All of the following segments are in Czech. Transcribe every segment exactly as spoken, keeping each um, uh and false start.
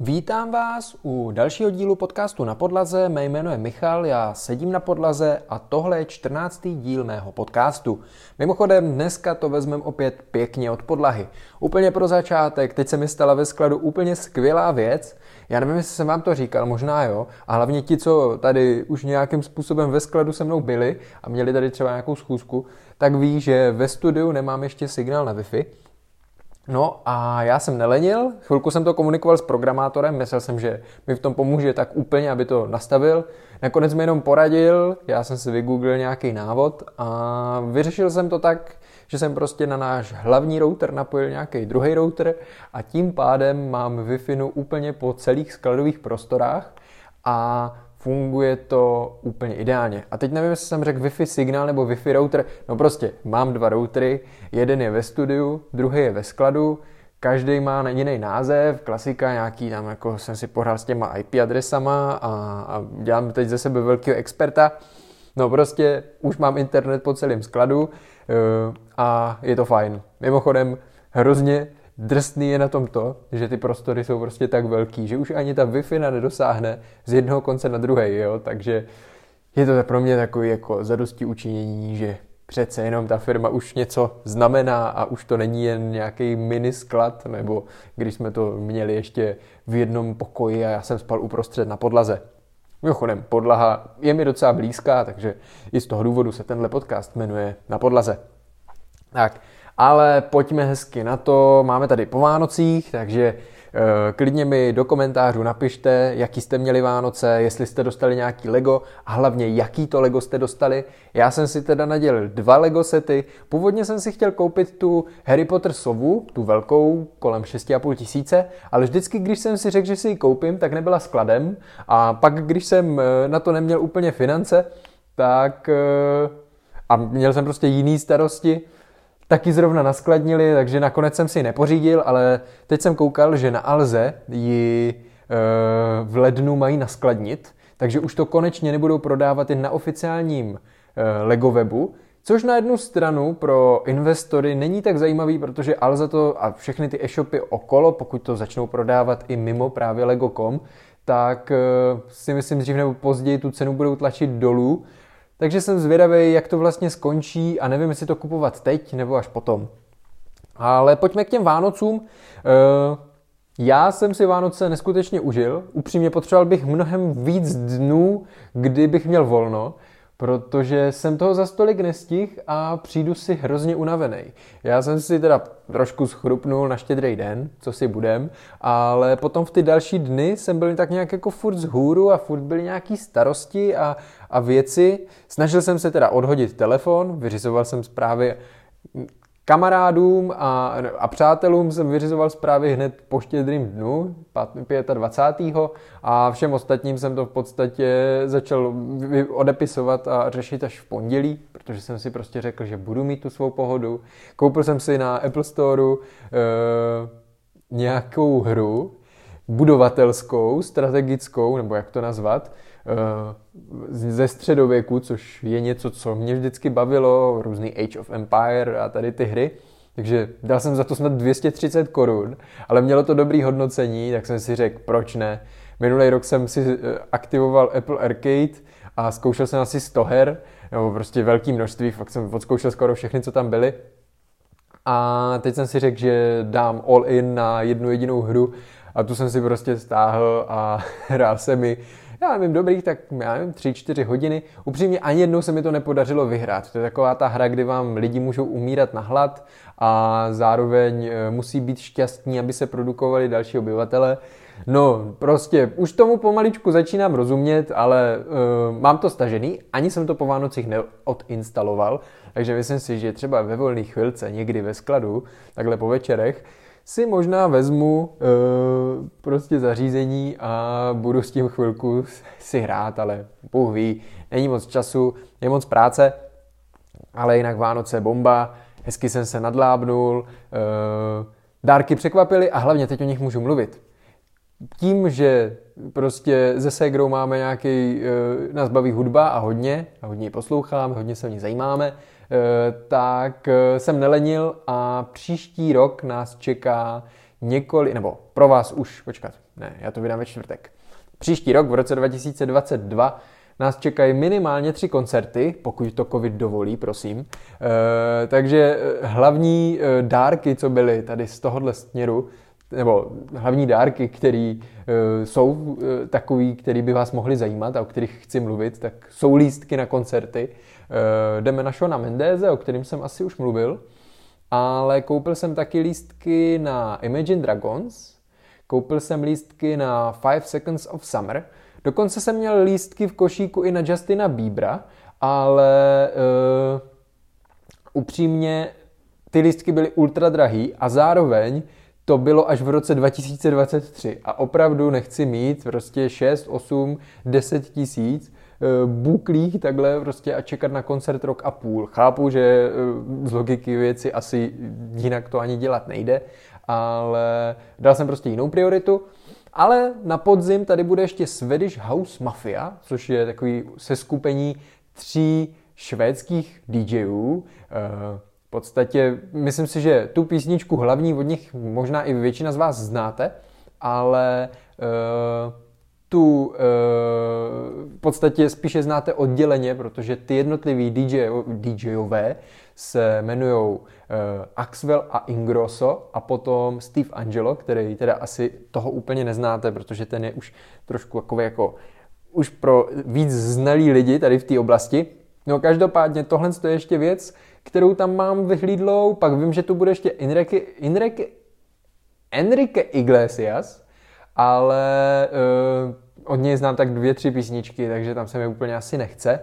Vítám vás u dalšího dílu podcastu Na podlaze. Mé jméno je Michal, já sedím na podlaze a tohle je čtrnáctý díl mého podcastu. Mimochodem, dneska to vezmeme opět pěkně od podlahy. Úplně pro začátek, teď se mi stala ve skladu úplně skvělá věc. Já nevím, jestli jsem vám to říkal, možná jo, a hlavně ti, co tady už nějakým způsobem ve skladu se mnou byli a měli tady třeba nějakou schůzku, tak ví, že ve studiu nemám ještě signál na Wi-Fi. No a já jsem nelenil, chvilku jsem to komunikoval s programátorem, myslel jsem, že mi v tom pomůže tak úplně, aby to nastavil. Nakonec mi jenom poradil, já jsem si vygooglil nějaký návod a vyřešil jsem to tak, že jsem prostě na náš hlavní router napojil nějaký druhý router a tím pádem mám Wi-Fi úplně po celých skladových prostorách a funguje to úplně ideálně. A teď nevím, jestli jsem řekl Wi-Fi signál nebo Wi-Fi router. No prostě, mám dva routery, jeden je ve studiu, druhý je ve skladu, každý má jiný název, klasika nějaký tam, jako jsem si pohrál s těma í pé adresama a, a dělám teď ze sebe velkého experta. No prostě, už mám internet po celém skladu a je to fajn. Mimochodem, hrozně drsný je na tom to, že ty prostory jsou prostě tak velký, že už ani ta Wi-Fi nedosáhne z jednoho konce na druhý, jo, takže je to pro mě takový jako zadosti učinění, že přece jenom ta firma už něco znamená a už to není jen nějaký mini sklad, nebo když jsme to měli ještě v jednom pokoji a já jsem spal uprostřed na podlaze. Mimochodem, podlaha je mi docela blízká, takže i z toho důvodu se tenhle podcast jmenuje Na podlaze. Tak, ale pojďme hezky na to, máme tady po Vánocích, takže e, klidně mi do komentářů napište, jaký jste měli Vánoce, jestli jste dostali nějaký Lego a hlavně jaký to Lego jste dostali. Já jsem si teda nadělil dva Lego sety, původně jsem si chtěl koupit tu Harry Potter sovu, tu velkou, kolem šest a půl tisíce, ale vždycky, když jsem si řekl, že si ji koupím, tak nebyla skladem a pak, když jsem na to neměl úplně finance, tak e, a měl jsem prostě jiný starosti, taky zrovna naskladnili, takže nakonec jsem si ji nepořídil, ale teď jsem koukal, že na Alze ji e, v lednu mají naskladnit, takže už to konečně nebudou prodávat jen na oficiálním e, Lego webu, což na jednu stranu pro investory není tak zajímavý, protože Alza to a všechny ty e-shopy okolo, pokud to začnou prodávat i mimo právě Lego tečka com, tak e, si myslím, dřív nebo později tu cenu budou tlačit dolů. Takže jsem zvědavý, jak to vlastně skončí a nevím, jestli to kupovat teď nebo až potom. Ale pojďme k těm Vánocům. Já jsem si Vánoce neskutečně užil. Upřímně potřeboval bych mnohem víc dnů, kdy bych měl volno, protože jsem toho za stolik nestihl a přijdu si hrozně unavený. Já jsem si teda trošku schrupnul na Štědrý den, co si budem, ale potom v ty další dny jsem byl tak nějak jako furt vzhůru a furt byly nějaký starosti a, a věci. Snažil jsem se teda odhodit telefon, vyřizoval jsem zprávy kamarádům a, a přátelům jsem vyřizoval zprávy hned po Štědrým dnu, dvacátého pátého a všem ostatním jsem to v podstatě začal odepisovat a řešit až v pondělí, protože jsem si prostě řekl, že budu mít tu svou pohodu. Koupil jsem si na Apple Storeu e, nějakou hru, budovatelskou, strategickou, nebo jak to nazvat, ze středověku, což je něco, co mě vždycky bavilo, různý Age of Empire a tady ty hry. Takže dal jsem za to snad dvě stě třicet korun, ale mělo to dobrý hodnocení, tak jsem si řekl, proč ne. Minulý rok jsem si aktivoval Apple Arcade a zkoušel jsem asi sto her, nebo prostě velké množství, fakt jsem odzkoušel skoro všechny, co tam byly. A teď jsem si řekl, že dám all in na jednu jedinou hru a tu jsem si prostě stáhl a hrál se mi, já nevím, dobrých, tak já nevím, tři čtyři hodiny. Upřímně ani jednou se mi to nepodařilo vyhrát. To je taková ta hra, kdy vám lidi můžou umírat na hlad a zároveň musí být šťastní, aby se produkovali další obyvatele. No, prostě už tomu pomaličku začínám rozumět, ale uh, mám to stažený, ani jsem to po Vánocích neodinstaloval, takže myslím si, že třeba ve volné chvilce, někdy ve skladu, takhle po večerech, si možná vezmu uh, prostě zařízení a budu s tím chvilku si hrát, ale Bůh ví, není moc času, je moc práce, ale jinak Vánoce bomba, hezky jsem se nadlábnul, uh, dárky překvapily a hlavně teď o nich můžu mluvit. Tím, že prostě se ségrou máme nějaký, uh, nás baví hudba a hodně, a hodně ji posloucháme, hodně se o ní zajímáme, tak jsem nelenil a příští rok nás čeká několik, nebo pro vás už, počkat, Ne, já to vydám ve čtvrtek. Příští rok, v roce dva tisíce dvacet dva, nás čekají minimálně tři koncerty, pokud to covid dovolí, prosím. E, takže hlavní dárky, co byly tady z tohohle směru, nebo hlavní dárky, které e, jsou e, takový, který by vás mohly zajímat a o kterých chci mluvit, tak jsou lístky na koncerty. E, jdeme na Shawna Mendeze, o kterém jsem asi už mluvil, ale koupil jsem taky lístky na Imagine Dragons, koupil jsem lístky na Five Seconds of Summer, dokonce jsem měl lístky v košíku i na Justina Biebera, ale uh, upřímně ty lístky byly ultra drahý a zároveň to bylo až v roce dva tisíce dvacet tři a opravdu nechci mít prostě šest, osm, deset tisíc uh, buklých takhle prostě a čekat na koncert rok a půl. Chápu, že uh, z logiky věci asi jinak to ani dělat nejde, ale dal jsem prostě jinou prioritu. Ale na podzim tady bude ještě Swedish House Mafia, což je takový seskupení tří švédských DJů. V podstatě myslím si, že tu písničku hlavní od nich možná i většina z vás znáte, ale tu v podstatě spíše znáte odděleně, protože ty jednotlivý DJové se jmenujou Axwell a Ingrosso a potom Steve Angelo, který teda asi toho úplně neznáte, protože ten je už trošku jako, jako už pro víc znalý lidi tady v té oblasti. No každopádně tohle je ještě věc, kterou tam mám vyhlídlou, pak vím, že tu bude ještě Enrique, Enrique, Enrique Iglesias, ale uh, od něj znám tak dvě, tři písničky, takže tam se mi úplně asi nechce.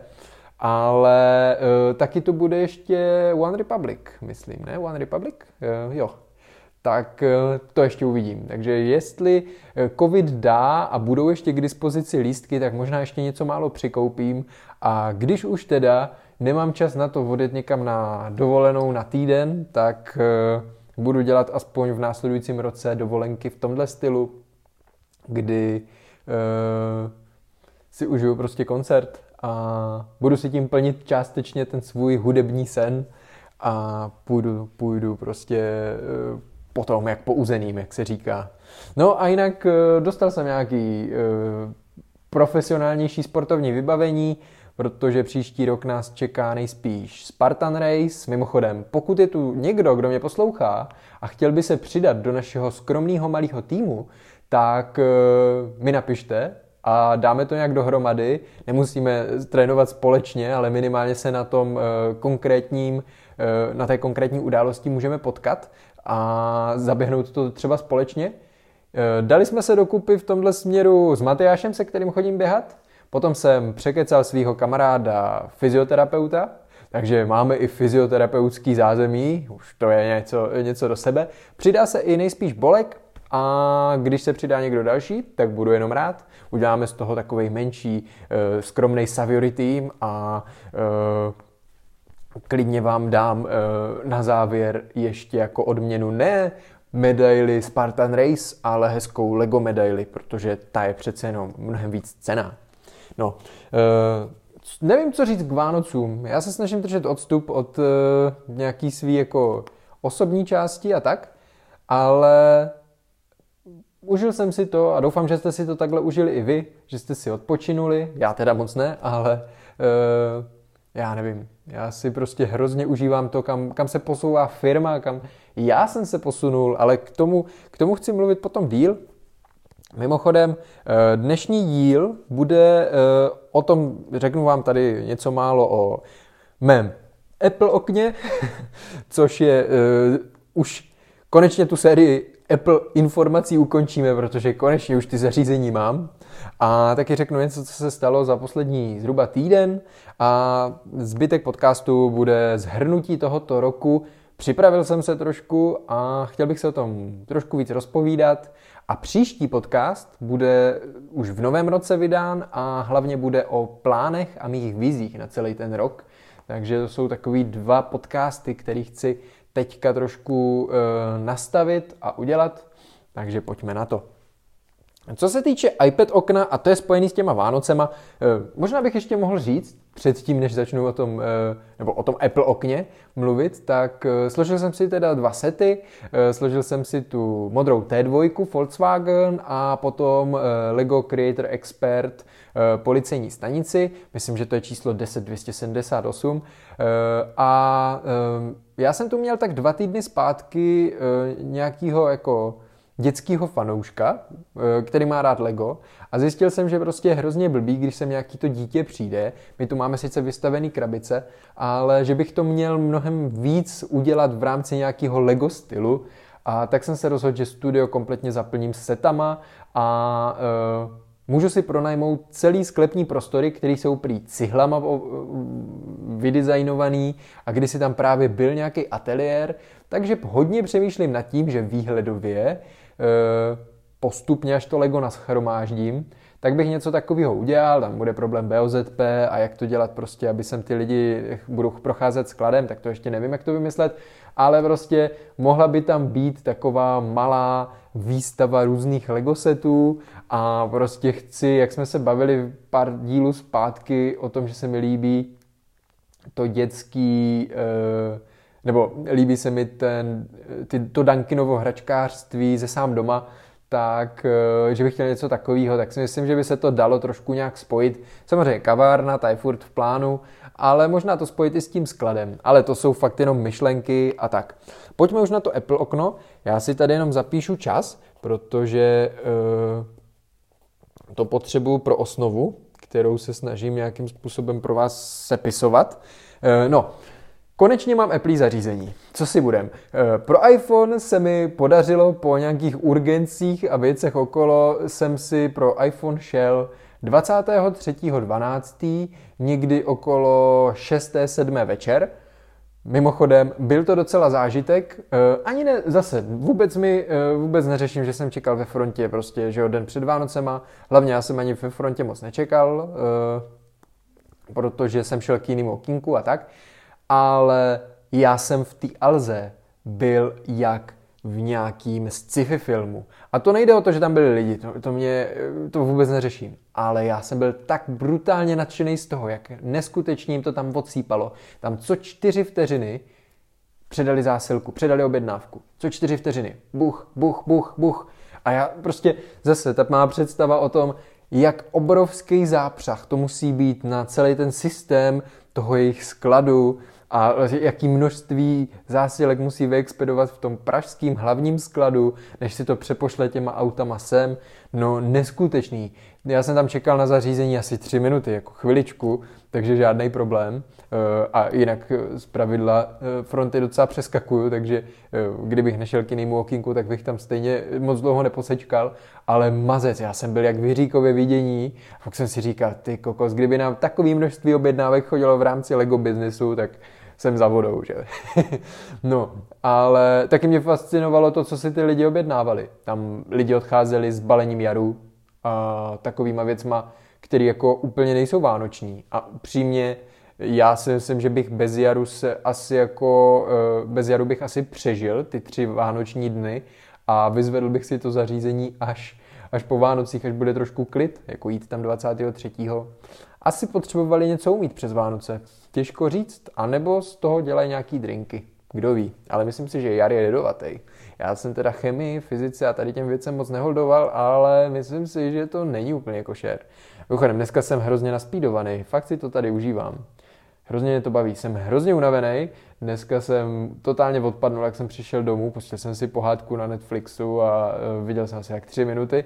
Ale uh, taky tu bude ještě One Republic, myslím, ne? One Republic? Uh, jo. Tak uh, to ještě uvidím. Takže jestli covid dá a budou ještě k dispozici lístky, tak možná ještě něco málo přikoupím. A když už teda nemám čas na to odjet někam na dovolenou na týden, tak uh, budu dělat aspoň v následujícím roce dovolenky v tomhle stylu, kdy uh, si užiju prostě koncert a budu si tím plnit částečně ten svůj hudební sen a půjdu, půjdu prostě uh, potom jak po uzeným, jak se říká. No a jinak uh, dostal jsem nějaký uh, profesionálnější sportovní vybavení, protože příští rok nás čeká nejspíš Spartan Race. Mimochodem, pokud je tu někdo, kdo mě poslouchá a chtěl by se přidat do našeho skromného malého týmu, tak uh, mi napište a dáme to nějak dohromady. Nemusíme trénovat společně, ale minimálně se na tom uh, konkrétním, uh, na té konkrétní události můžeme potkat a zaběhnout to třeba společně. Uh, dali jsme se dokupy v tomhle směru s Matyášem, se kterým chodím běhat. Potom jsem překecal svého kamaráda fyzioterapeuta, takže máme i fyzioterapeutský zázemí, už to je něco, něco do sebe. Přidá se i nejspíš Bolek a když se přidá někdo další, tak budu jenom rád. Uděláme z toho takovej menší, uh, skromnej Saviory tým a uh, klidně vám dám uh, na závěr ještě jako odměnu ne medaili Spartan Race, ale hezkou Lego medaili, protože ta je přece jenom mnohem víc cenná. No, uh, nevím, co říct k Vánocům. Já se snažím držet odstup od uh, nějaký svý jako osobní části a tak, ale užil jsem si to a doufám, že jste si to takhle užili i vy, že jste si odpočinuli. Já teda moc ne, ale uh, já nevím. Já si prostě hrozně užívám to, kam, kam se posouvá firma, kam já jsem se posunul, ale k tomu, k tomu chci mluvit potom díl. Mimochodem, dnešní díl bude o tom, řeknu vám tady něco málo o mém Apple okně, což je uh, už konečně tu sérii Apple informací ukončíme, protože konečně už ty zařízení mám. A taky řeknu něco, co se stalo za poslední zhruba týden a zbytek podcastu bude shrnutí tohoto roku. Připravil jsem se trošku a chtěl bych se o tom trošku víc rozpovídat. A příští podcast bude už v novém roce vydán a hlavně bude o plánech a mých vizích na celý ten rok. Takže to jsou takový dva podcasty, které chci teďka trošku e, nastavit a udělat. Takže pojďme na to. Co se týče iPad okna, a to je spojený s těma Vánocema, možná bych ještě mohl říct, předtím, než začnu o tom, nebo o tom Apple okně mluvit, tak složil jsem si teda dva sety, složil jsem si tu modrou T dva Volkswagen a potom Lego Creator Expert policejní stanici, myslím, že to je číslo deset dvě stě sedmdesát osm, a já jsem tu měl tak dva týdny zpátky nějakýho jako dětskýho fanouška, který má rád Lego, a zjistil jsem, že prostě je hrozně blbý, když sem nějaký to dítě přijde. My tu máme sice vystavený krabice, ale že bych to měl mnohem víc udělat v rámci nějakého Lego stylu, a tak jsem se rozhodl, že studio kompletně zaplním setama a uh, můžu si pronajmout celý sklepní prostory, které jsou prý cihlama vydesignovaný a kdysi tam právě byl nějaký ateliér, takže hodně přemýšlím nad tím, že výhledově postupně, až to Lego nashromáždím, tak bych něco takového udělal, tam bude problém B O Z P a jak to dělat prostě, aby sem ty lidi budou procházet skladem, tak to ještě nevím, jak to vymyslet, ale prostě mohla by tam být taková malá výstava různých Lego setů a prostě chci, jak jsme se bavili pár dílů zpátky o tom, že se mi líbí to dětský, nebo líbí se mi ten, ty, to Dunkinovo hračkářství ze sám doma, tak, že bych chtěl něco takového, tak si myslím, že by se to dalo trošku nějak spojit. Samozřejmě kavárna, ta je furt v plánu, ale možná to spojit i s tím skladem. Ale to jsou fakt jenom myšlenky a tak. Pojďme už na to Apple okno. Já si tady jenom zapíšu čas, protože uh, to potřebuju pro osnovu, kterou se snažím nějakým způsobem pro vás sepisovat. Uh, no, konečně mám Apple zařízení. Co si budem? Pro iPhone se mi podařilo po nějakých urgencích a věcech okolo, jsem si pro iPhone šel dvacátého třetího dvanáctého někdy okolo šesté sedmé večer. Mimochodem, byl to docela zážitek. Ani ne, zase, vůbec mi, vůbec neřeším, že jsem čekal ve frontě, prostě, že jo, den před Vánocema. Hlavně já jsem ani ve frontě moc nečekal, protože jsem šel k jinému okýnku a tak. Ale já jsem v té Alze byl jak v nějakým sci-fi filmu. A to nejde o to, že tam byli lidi, to, to mě to vůbec neřeším. Ale já jsem byl tak brutálně nadšený z toho, jak neskutečně jim to tam odsýpalo. Tam co čtyři vteřiny předali zásilku, předali objednávku. Co čtyři vteřiny. Buch, buch, buch, buch. A já prostě zase, ta má představa o tom, jak obrovský zápřah to musí být na celý ten systém toho jejich skladu a jaký množství zásilek musí vyexpedovat v tom pražském hlavním skladu, než si to přepošle těma autama sem. No neskutečný. Já jsem tam čekal na zařízení asi tři minuty, jako chviličku, takže žádný problém. A jinak z pravidla fronty docela přeskakuju, takže kdybych nešel k jinému okýnku, tak bych tam stejně moc dlouho neposečkal. Ale mazec, já jsem byl jak v Jiříkově vidění. A pak jsem si říkal, ty kokos, kdyby nám takový množství objednávek chodilo v rámci Lego biznesu, tak jsem za vodou, že? No, ale taky mě fascinovalo to, co si ty lidi objednávali. Tam lidi odcházeli s balením jaru a takovýma věcma, které jako úplně nejsou vánoční. A upřímně, já si myslím, že bych bez jaru se asi jako, bez jaru bych asi přežil ty tři vánoční dny a vyzvedl bych si to zařízení až, až po Vánocích, až bude trošku klid, jako jít tam dvacátého třetího Asi potřebovali něco umít přes Vánoce. Těžko říct, anebo z toho dělají nějaký drinky. Kdo ví, ale myslím si, že jar je jedovatý. Já jsem teda chemii, fyzice a tady těm věcem moc neholdoval, ale myslím si, že to není úplně košer. Mimochodem, dneska jsem hrozně naspídovaný, fakt si to tady užívám. Hrozně mě to baví, jsem hrozně unavený, dneska jsem totálně odpadnul, jak jsem přišel domů, pustil jsem si pohádku na Netflixu a viděl jsem asi jak tři minuty,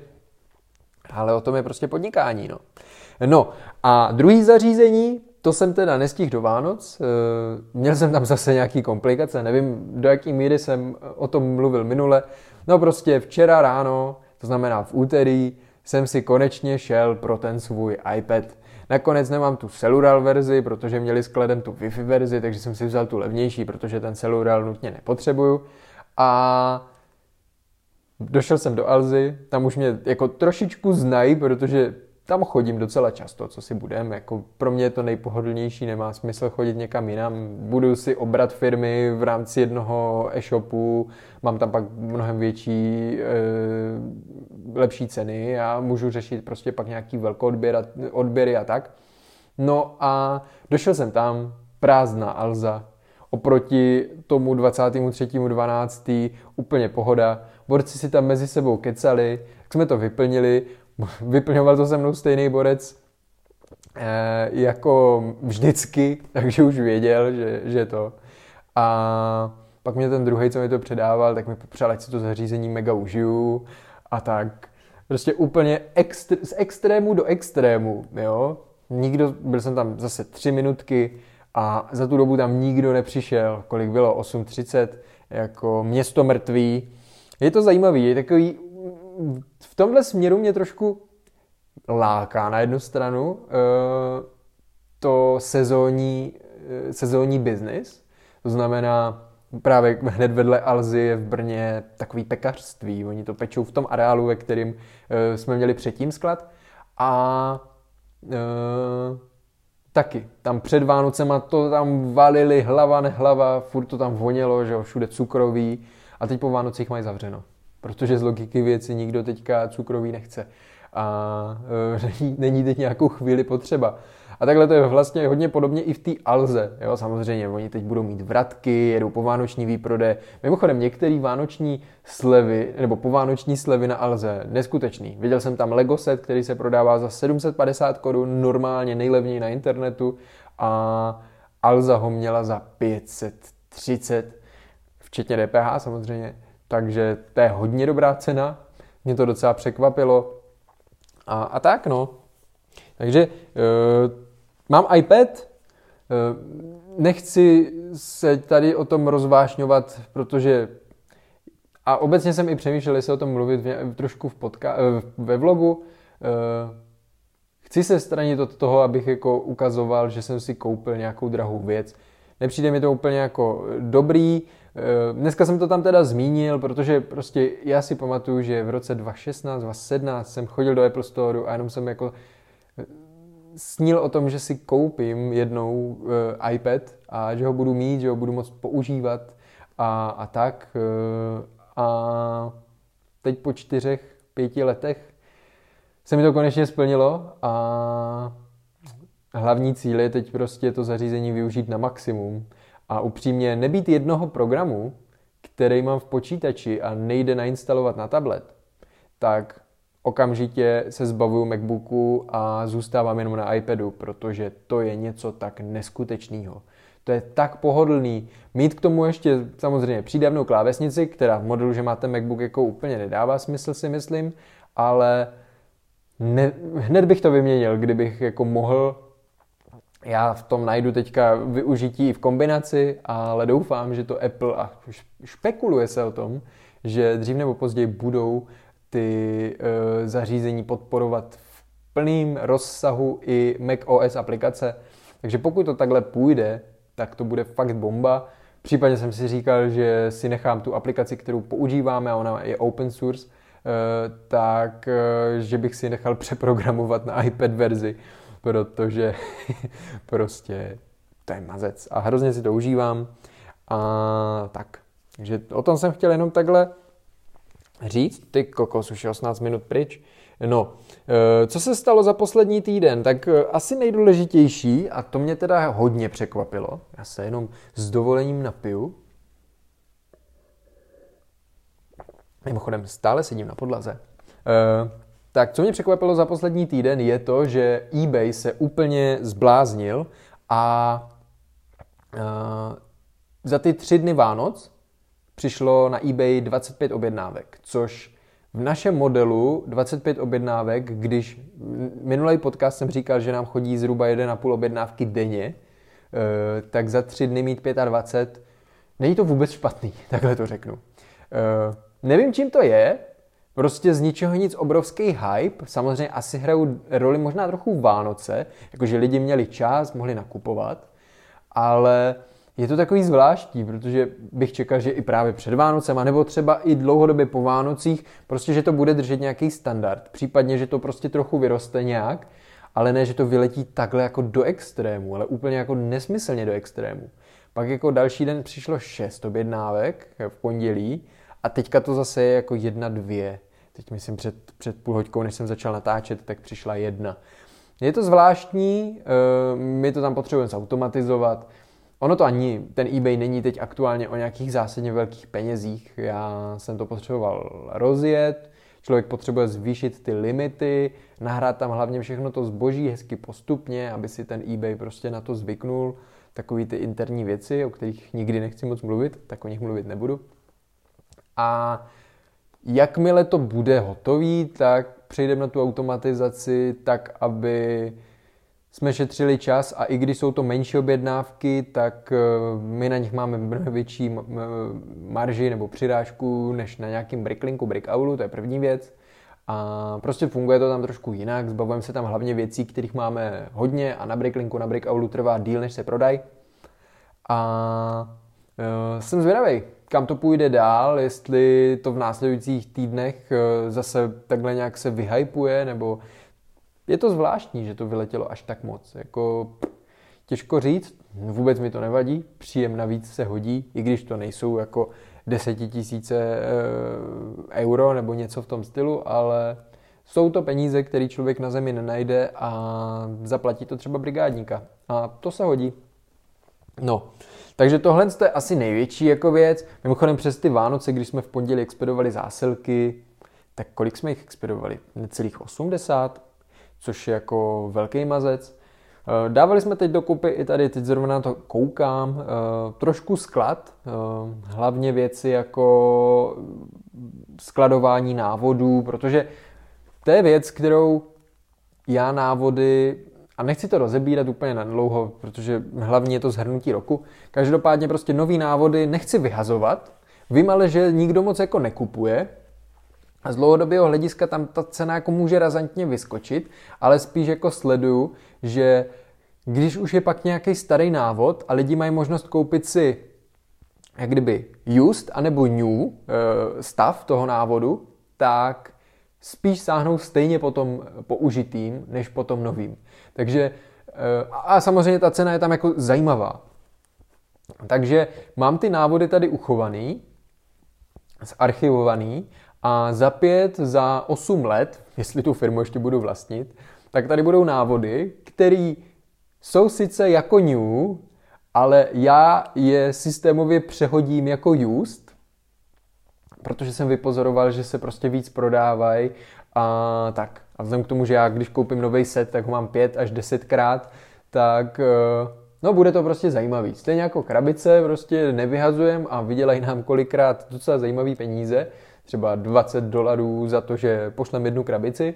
ale o tom je prostě podnikání, no. No a druhý zařízení, to jsem teda nestihl do Vánoc, měl jsem tam zase nějaký komplikace, nevím, do jaký míry jsem o tom mluvil minule, no prostě včera ráno, to znamená v úterý, jsem si konečně šel pro ten svůj iPad. Nakonec nemám tu Cellural verzi, protože měli skladem tu Wi-Fi verzi, takže jsem si vzal tu levnější, protože ten Cellural nutně nepotřebuju. A došel jsem do Alzy, tam už mě jako trošičku znají, protože tam chodím docela často, co si budem, jako pro mě je to nejpohodlnější, nemá smysl chodit někam jinam, budu si obrat firmy v rámci jednoho e-shopu, mám tam pak mnohem větší, e, lepší ceny a můžu řešit prostě pak nějaký velkoodběr a, odběry a tak. No a došel jsem tam, prázdná Alza, oproti tomu dvacátému třetímu12. úplně pohoda, borci si tam mezi sebou kecali, tak jsme to vyplnili, vyplňoval to se mnou stejný borec e, jako vždycky, takže už věděl, že, že to. A pak mě ten druhý, co mi to předával, tak mi popřál, ať si to zařízení mega užiju a tak. Prostě úplně extr- z extrému do extrému, jo. Nikdo, byl jsem tam zase tři minutky a za tu dobu tam nikdo nepřišel. Kolik bylo? osm třicet, jako město mrtvý. Je to zajímavý, je takový, v tomhle směru mě trošku láká na jednu stranu to sezónní, sezónní business. To znamená, právě hned vedle Alzy je v Brně takový pekařství. Oni to pečou v tom areálu, ve kterém jsme měli předtím sklad. A e, taky, tam před Vánocema to tam valili hlava nehlava, furt to tam vonělo, že jo, všude cukroví. A teď po Vánocích mají zavřeno. Protože z logiky věci nikdo teďka cukroví nechce. A e, není, není teď nějakou chvíli potřeba. A takhle to je vlastně hodně podobně i v té Alze. Jo, samozřejmě, oni teď budou mít vratky, jedou po vánoční výprodej. Mimochodem, některé vánoční slevy, nebo povánoční slevy na Alze, neskutečný. Viděl jsem tam Lego set, který se prodává za sedm set padesát korun, normálně nejlevněji na internetu. A Alza ho měla za pět set třicet, včetně D P H samozřejmě. Takže to je hodně dobrá cena. Mě to docela překvapilo. A, a tak, no. Takže e, mám iPad, e, nechci se tady o tom rozvášňovat, protože a obecně jsem i přemýšlel, jestli o tom mluvit v, trošku v podca- ve vlogu. E, chci se stranit od toho, abych jako ukazoval, že jsem si koupil nějakou drahou věc. Nepřijde mi to úplně jako dobrý. Dneska jsem to tam teda zmínil, protože prostě já si pamatuju, že v roce dva tisíce šestnáct, dva tisíce sedmnáct jsem chodil do Apple Store a jenom jsem jako snil o tom, že si koupím jednou uh, iPad a že ho budu mít, že ho budu moct používat a, a tak. Uh, a teď po čtyřech, pěti letech se mi to konečně splnilo a hlavní cíl je teď prostě to zařízení využít na maximum. A upřímně nebýt jednoho programu, který mám v počítači a nejde nainstalovat na tablet, tak okamžitě se zbavuju MacBooku a zůstávám jenom na iPadu, protože to je něco tak neskutečného. To je tak pohodlný. Mít k tomu ještě samozřejmě přídavnou klávesnici, která v modelu, že máte MacBook, jako úplně nedává smysl, si myslím, ale ne, hned bych to vyměnil, kdybych jako mohl. Já v tom najdu teďka využití v kombinaci, ale doufám, že to Apple, a špekuluje se o tom, že dřív nebo později budou ty e, zařízení podporovat v plném rozsahu i macOS aplikace. Takže pokud to takhle půjde, tak to bude fakt bomba. Případně jsem si říkal, že si nechám tu aplikaci, kterou používáme, a ona je open source, e, tak e, že bych si nechal přeprogramovat na iPad verzi, protože prostě to je mazec a hrozně si to užívám a tak. Takže o tom jsem chtěl jenom takhle říct. Ty kokos, už je osmnáct minut pryč. No, co se stalo za poslední týden? Tak asi nejdůležitější, a to mě teda hodně překvapilo, já se jenom s dovolením napiju. Mimochodem, stále sedím na podlaze. Tak co mě překvapilo za poslední týden je to, že eBay se úplně zbláznil a uh, za ty tři dny Vánoc přišlo na eBay dvacet pět objednávek, což v našem modelu dvacet pět objednávek, když minulý podcast jsem říkal, že nám chodí zhruba jedna a půl objednávky denně, uh, tak za tři dny mít dvacet pět, není to vůbec špatný, takhle to řeknu. Uh, nevím, čím to je. Prostě z ničeho nic obrovský hype, samozřejmě asi hrajou roli možná trochu Vánoce, jakože lidi měli čas, mohli nakupovat, ale je to takový zvláštní, protože bych čekal, že i právě před Vánocema, nebo třeba i dlouhodobě po Vánocích, prostě, že to bude držet nějaký standard. Případně, že to prostě trochu vyroste nějak, ale ne, že to vyletí takhle jako do extrému, ale úplně jako nesmyslně do extrému. Pak jako další den přišlo šest objednávek v pondělí a teďka to zase je jako jedna, dvě. Teď myslím před, před půl hoďkou, než jsem začal natáčet, tak přišla jedna. Je to zvláštní, my to tam potřebujeme zautomatizovat. Ono to ani, ten eBay není teď aktuálně o nějakých zásadně velkých penězích. Já jsem to potřeboval rozjet, člověk potřebuje zvýšit ty limity, nahrát tam hlavně všechno to zboží hezky postupně, aby si ten eBay prostě na to zvyknul. Takový ty interní věci, o kterých nikdy nechci moc mluvit, tak o nich mluvit nebudu. A jakmile to bude hotový, tak přejdeme na tu automatizaci tak, aby jsme šetřili čas a i když jsou to menší objednávky, tak my na nich máme mnohem větší marži nebo přirážku než na nějakým Bricklinku, Brickaulu, to je první věc. A prostě funguje to tam trošku jinak, zbavujeme se tam hlavně věcí, kterých máme hodně a na Bricklinku, na Brickaulu trvá díl, než se prodají. A e, jsem zvědavej, kam to půjde dál, jestli to v následujících týdnech e, zase takhle nějak se vyhypuje, nebo je to zvláštní, že to vyletělo až tak moc. Jako, těžko říct, vůbec mi to nevadí, příjem navíc se hodí, i když to nejsou jako desetitisíce e, euro nebo něco v tom stylu, ale jsou to peníze, které člověk na zemi nenajde a zaplatí to třeba brigádníka. A to se hodí. No, takže tohle je asi největší jako věc. Mimochodem přes ty Vánoce, když jsme v pondělí expedovali zásilky, tak kolik jsme jich expedovali? Necelých osmdesát, což je jako velký mazec. Dávali jsme teď dokupy i tady, teď zrovna na to koukám, trošku sklad, hlavně věci jako skladování návodů, protože to je věc, kterou já návody, a nechci to rozebírat úplně na dlouho, protože hlavně je to shrnutí roku, každopádně prostě nový návody nechci vyhazovat, vím ale, že nikdo moc jako nekupuje, a z dlouhodobého hlediska tam ta cena jako může razantně vyskočit, ale spíš jako sleduju, že když už je pak nějaký starý návod a lidi mají možnost koupit si jak kdyby used anebo new stav toho návodu, tak spíš sáhnou stejně po tom použitým, než po tom novým. Takže a samozřejmě ta cena je tam jako zajímavá. Takže mám ty návody tady uchovaný, zarchivovaný, a za pět, za osm let, jestli tu firmu ještě budu vlastnit, tak tady budou návody, které jsou sice jako new, ale já je systémově přehodím jako used, protože jsem vypozoroval, že se prostě víc prodávají a tak. A vzhledem k tomu, že já když koupím nový set, tak ho mám pět až desetkrát, tak no bude to prostě zajímavý. Stejně jako krabice prostě nevyhazujem a vydělají nám kolikrát docela zajímavý peníze, třeba dvacet dolarů za to, že pošlem jednu krabici,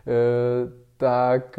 tak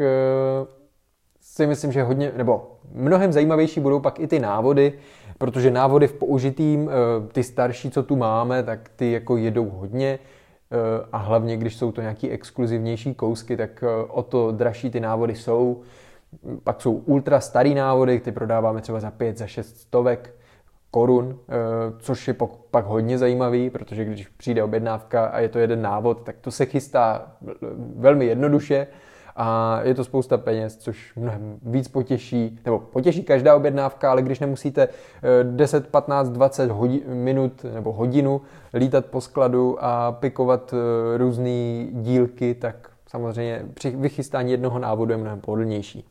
si myslím, že hodně, nebo mnohem zajímavější budou pak i ty návody, protože návody v použitým, ty starší, co tu máme, tak ty jako jedou hodně a hlavně, když jsou to nějaký exkluzivnější kousky, tak o to dražší ty návody jsou. Pak jsou ultra starý návody, ty prodáváme třeba za pět, za šest stovek korun, což je pak hodně zajímavý, protože když přijde objednávka a je to jeden návod, tak to se chystá velmi jednoduše a je to spousta peněz, což mnohem víc potěší, nebo potěší každá objednávka, ale když nemusíte deset, patnáct, dvacet hodin, minut nebo hodinu lítat po skladu a pikovat různé dílky, tak samozřejmě při vychystání jednoho návodu je mnohem pohodlnější.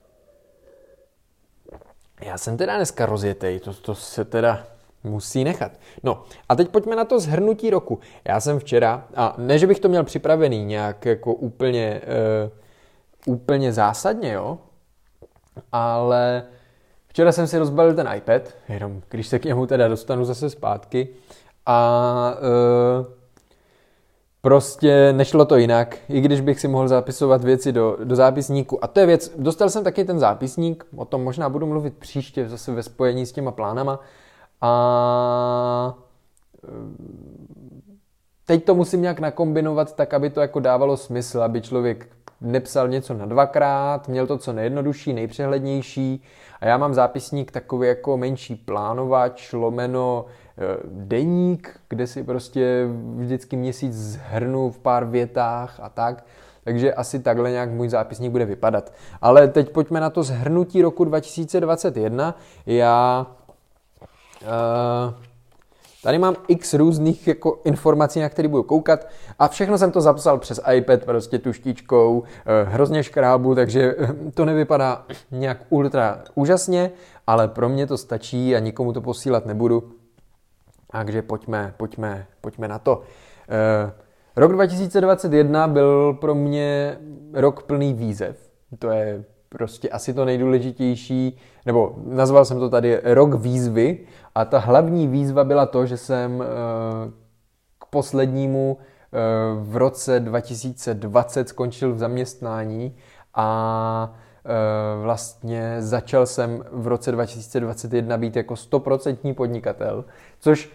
Já jsem teda dneska rozjetej, to, to se teda musí nechat. No a teď pojďme na to shrnutí roku. Já jsem včera, a ne, že bych to měl připravený nějak jako úplně, uh, úplně zásadně, jo, ale včera jsem si rozbalil ten iPad, jenom když se k němu teda dostanu zase zpátky a uh, prostě nešlo to jinak, i když bych si mohl zapisovat věci do, do zápisníku. A to je věc, dostal jsem taky ten zápisník, o tom možná budu mluvit příště zase ve spojení s těma plánama. A teď to musím nějak nakombinovat tak, aby to jako dávalo smysl, aby člověk nepsal něco na dvakrát, měl to co nejjednodušší, nejpřehlednější a já mám zápisník takový jako menší plánovač, lomeno deník, kde si prostě vždycky měsíc zhrnu v pár větách a tak. Takže asi takhle nějak můj zápisník bude vypadat. Ale teď pojďme na to shrnutí roku dva tisíce dvacet jedna. Já uh, tady mám x různých jako informací, na které budu koukat a všechno jsem to zapsal přes iPad prostě tuštičkou, uh, hrozně škrábu, takže to nevypadá nějak ultra úžasně, ale pro mě to stačí a nikomu to posílat nebudu. Takže pojďme, pojďme, pojďme na to. Uh, Rok dva tisíce dvacet jedna byl pro mě rok plný výzev. To je prostě asi to nejdůležitější, nebo nazval jsem to tady rok výzvy a ta hlavní výzva byla to, že jsem k poslednímu v roce dva tisíce dvacet skončil v zaměstnání a vlastně začal jsem v roce dva tisíce dvacet jedna být jako stoprocentní podnikatel, což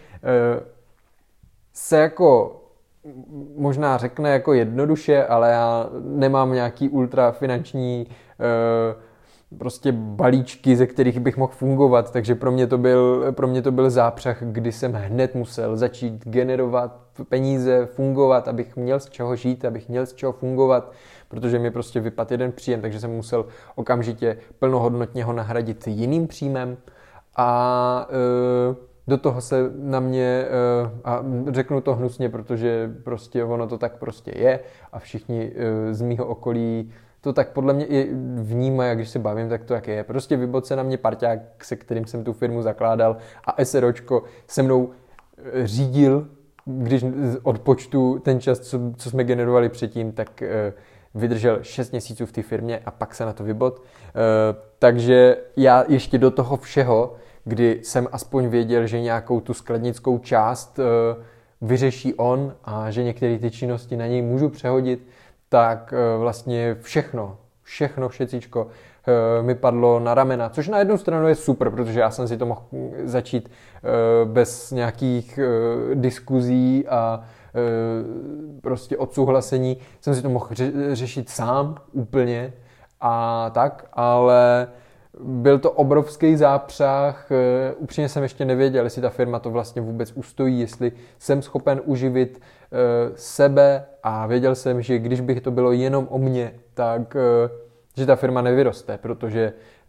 se jako možná řekne jako jednoduše, ale já nemám nějaký ultra finanční e, prostě balíčky, ze kterých bych mohl fungovat, takže pro mě to byl, pro mě to byl zápřah, kdy jsem hned musel začít generovat peníze, fungovat, abych měl z čeho žít, abych měl z čeho fungovat, protože mi prostě vypadl jeden příjem, takže jsem musel okamžitě plnohodnotně ho nahradit jiným příjmem a e, do toho se na mě, a řeknu to hnusně, protože prostě ono to tak prostě je a všichni z mýho okolí to tak podle mě i vnímají, a když se bavím, tak to jak je. Prostě vybod se na mě parťák, se kterým jsem tu firmu zakládal a SROčko se mnou řídil, když odpočtu ten čas, co, co jsme generovali předtím, tak vydržel šest měsíců v té firmě a pak se na to vybod. Takže já ještě do toho všeho, kdy jsem aspoň věděl, že nějakou tu skladnickou část vyřeší on a že některé ty činnosti na něj můžu přehodit, tak vlastně všechno, všechno, všecíčko mi padlo na ramena, což na jednu stranu je super, protože já jsem si to mohl začít bez nějakých diskuzí a prostě odsouhlasení, jsem si to mohl řešit sám úplně a tak, ale byl to obrovský zápřah, upřímně jsem ještě nevěděl, jestli ta firma to vlastně vůbec ustojí, jestli jsem schopen uživit sebe a věděl jsem, že když bych to bylo jenom o mně, tak že ta firma nevyroste, protože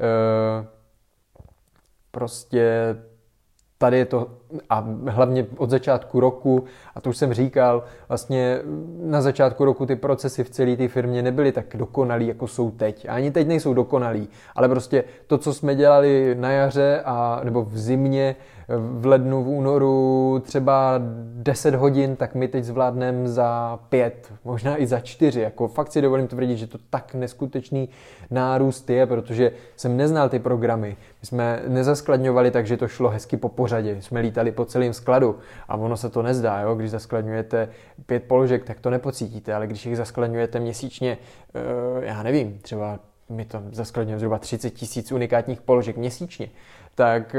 prostě tady je to, a hlavně od začátku roku, a to už jsem říkal, vlastně na začátku roku ty procesy v celé té firmě nebyly tak dokonalý, jako jsou teď. A ani teď nejsou dokonalý, ale prostě to, co jsme dělali na jaře a nebo v zimě, v lednu, v únoru třeba deset hodin, tak my teď zvládneme za pět, možná i za čtyři. Jako fakt si dovolím tvrdit, že to tak neskutečný nárůst je, protože jsem neznal ty programy. My jsme nezaskladňovali tak, že to šlo hezky po pořadě. Jsme lítali po celém skladu a ono se to nezdá, jo? Když zaskladňujete pět položek, tak to nepocítíte, ale když jich zaskladňujete měsíčně, já nevím, třeba my to zaskladňujeme zhruba třicet tisíc unikátních položek měsíčně, tak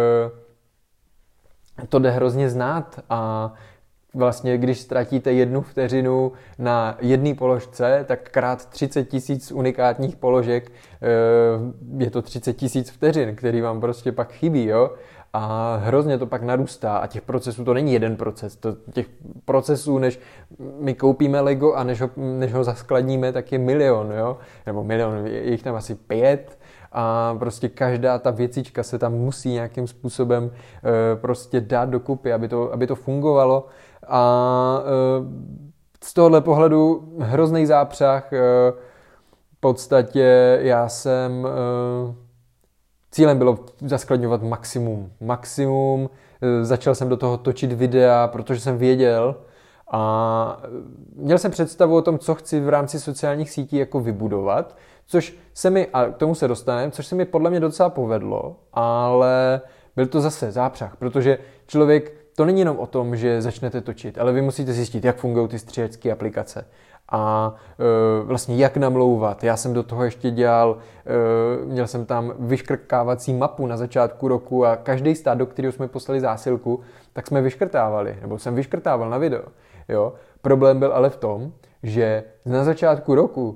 to jde hrozně znát a vlastně, když ztratíte jednu vteřinu na jedné položce, tak krát třicet tisíc unikátních položek je to třicet tisíc vteřin, který vám prostě pak chybí, jo? A hrozně to pak narůstá a těch procesů to není jeden proces. To, těch procesů, než my koupíme Lego a než ho, než ho zaskladníme, tak je milion, jo? Nebo milion, je jich tam asi pět a prostě každá ta věcička se tam musí nějakým způsobem e, prostě dát dokupy, aby to, aby to fungovalo. A e, z tohohle pohledu hrozný zápřah. E, v podstatě já jsem... E, cílem bylo zaskladňovat maximum. Maximum. E, začal jsem do toho točit videa, protože jsem věděl a měl jsem představu o tom, co chci v rámci sociálních sítí jako vybudovat, což se mi, a k tomu se dostaneme, což se mi podle mě docela povedlo, ale byl to zase zápřah, protože člověk, to není jenom o tom, že začnete točit, ale vy musíte zjistit, jak fungují ty stříhačské aplikace a e, vlastně jak namlouvat. Já jsem do toho ještě dělal, e, měl jsem tam vyškrkávací mapu na začátku roku a každý stát, do kterého jsme poslali zásilku, tak jsme vyškrtávali, nebo jsem vyškrtával na video. Jo? Problém byl ale v tom, že na začátku roku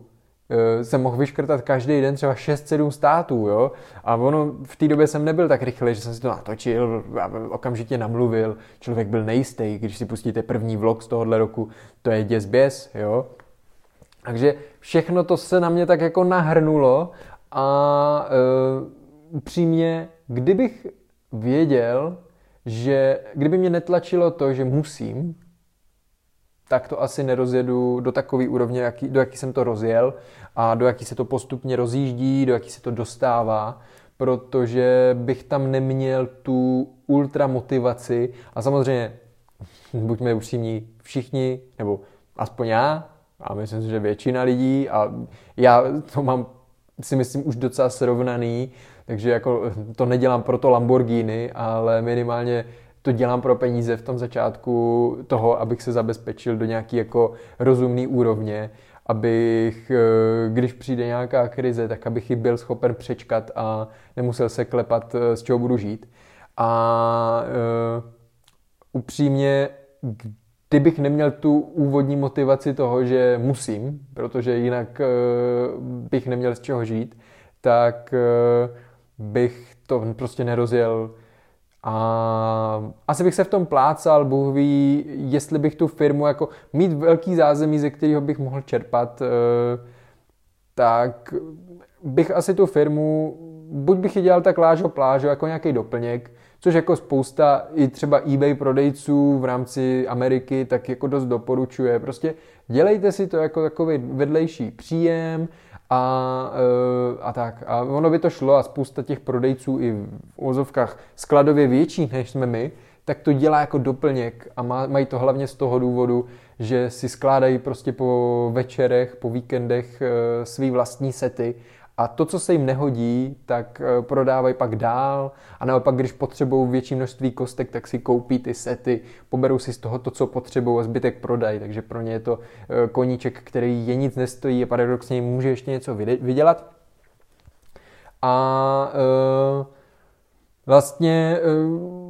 jsem mohl vyškrtat každý den třeba šest sedm států, jo. A ono v té době jsem nebyl tak rychle, že jsem si to natočil a okamžitě namluvil. Člověk byl nejistý, když si pustíte první vlog z tohohle roku, to je děs běs, jo. Takže všechno to se na mě tak jako nahrnulo a uh, upřímně, kdybych věděl, že kdyby mě netlačilo to, že musím, tak to asi nerozjedu do takové úrovně, jaký, do jaký jsem to rozjel a do jaký se to postupně rozjíždí, do jaký se to dostává, protože bych tam neměl tu ultra motivaci a samozřejmě, buďme upřímní, všichni, nebo aspoň já, a myslím si, že většina lidí, a já to mám, si myslím, už docela srovnaný, takže jako to nedělám pro to Lamborghini, ale minimálně to dělám pro peníze v tom začátku toho, abych se zabezpečil do nějaký jako rozumný úrovně, abych, když přijde nějaká krize, tak abych ji byl schopen přečkat a nemusel se klepat, z čeho budu žít. A uh, upřímně, kdybych neměl tu úvodní motivaci toho, že musím, protože jinak uh, bych neměl z čeho žít, tak uh, bych to prostě nerozjel. A asi bych se v tom plácal, Bůh ví, jestli bych tu firmu, jako mít velký zázemí, ze kterého bych mohl čerpat, tak bych asi tu firmu, buď bych ji dělal tak lážo plážo, jako nějaký doplněk, což jako spousta i třeba eBay prodejců v rámci Ameriky tak jako dost doporučuje. Prostě dělejte si to jako takový vedlejší příjem, A, a tak. A ono by to šlo a spousta těch prodejců i v uvozovkách skladově větší než jsme my, tak to dělá jako doplněk a má, mají to hlavně z toho důvodu, že si skládají prostě po večerech, po víkendech svý vlastní sety a to, co se jim nehodí, tak prodávají pak dál a naopak, když potřebují větší množství kostek, tak si koupí ty sety, poberou si z toho to, co potřebují a zbytek prodají, takže pro ně je to koníček, který je nic nestojí a paradoxně může ještě něco vydělat. A e, vlastně e,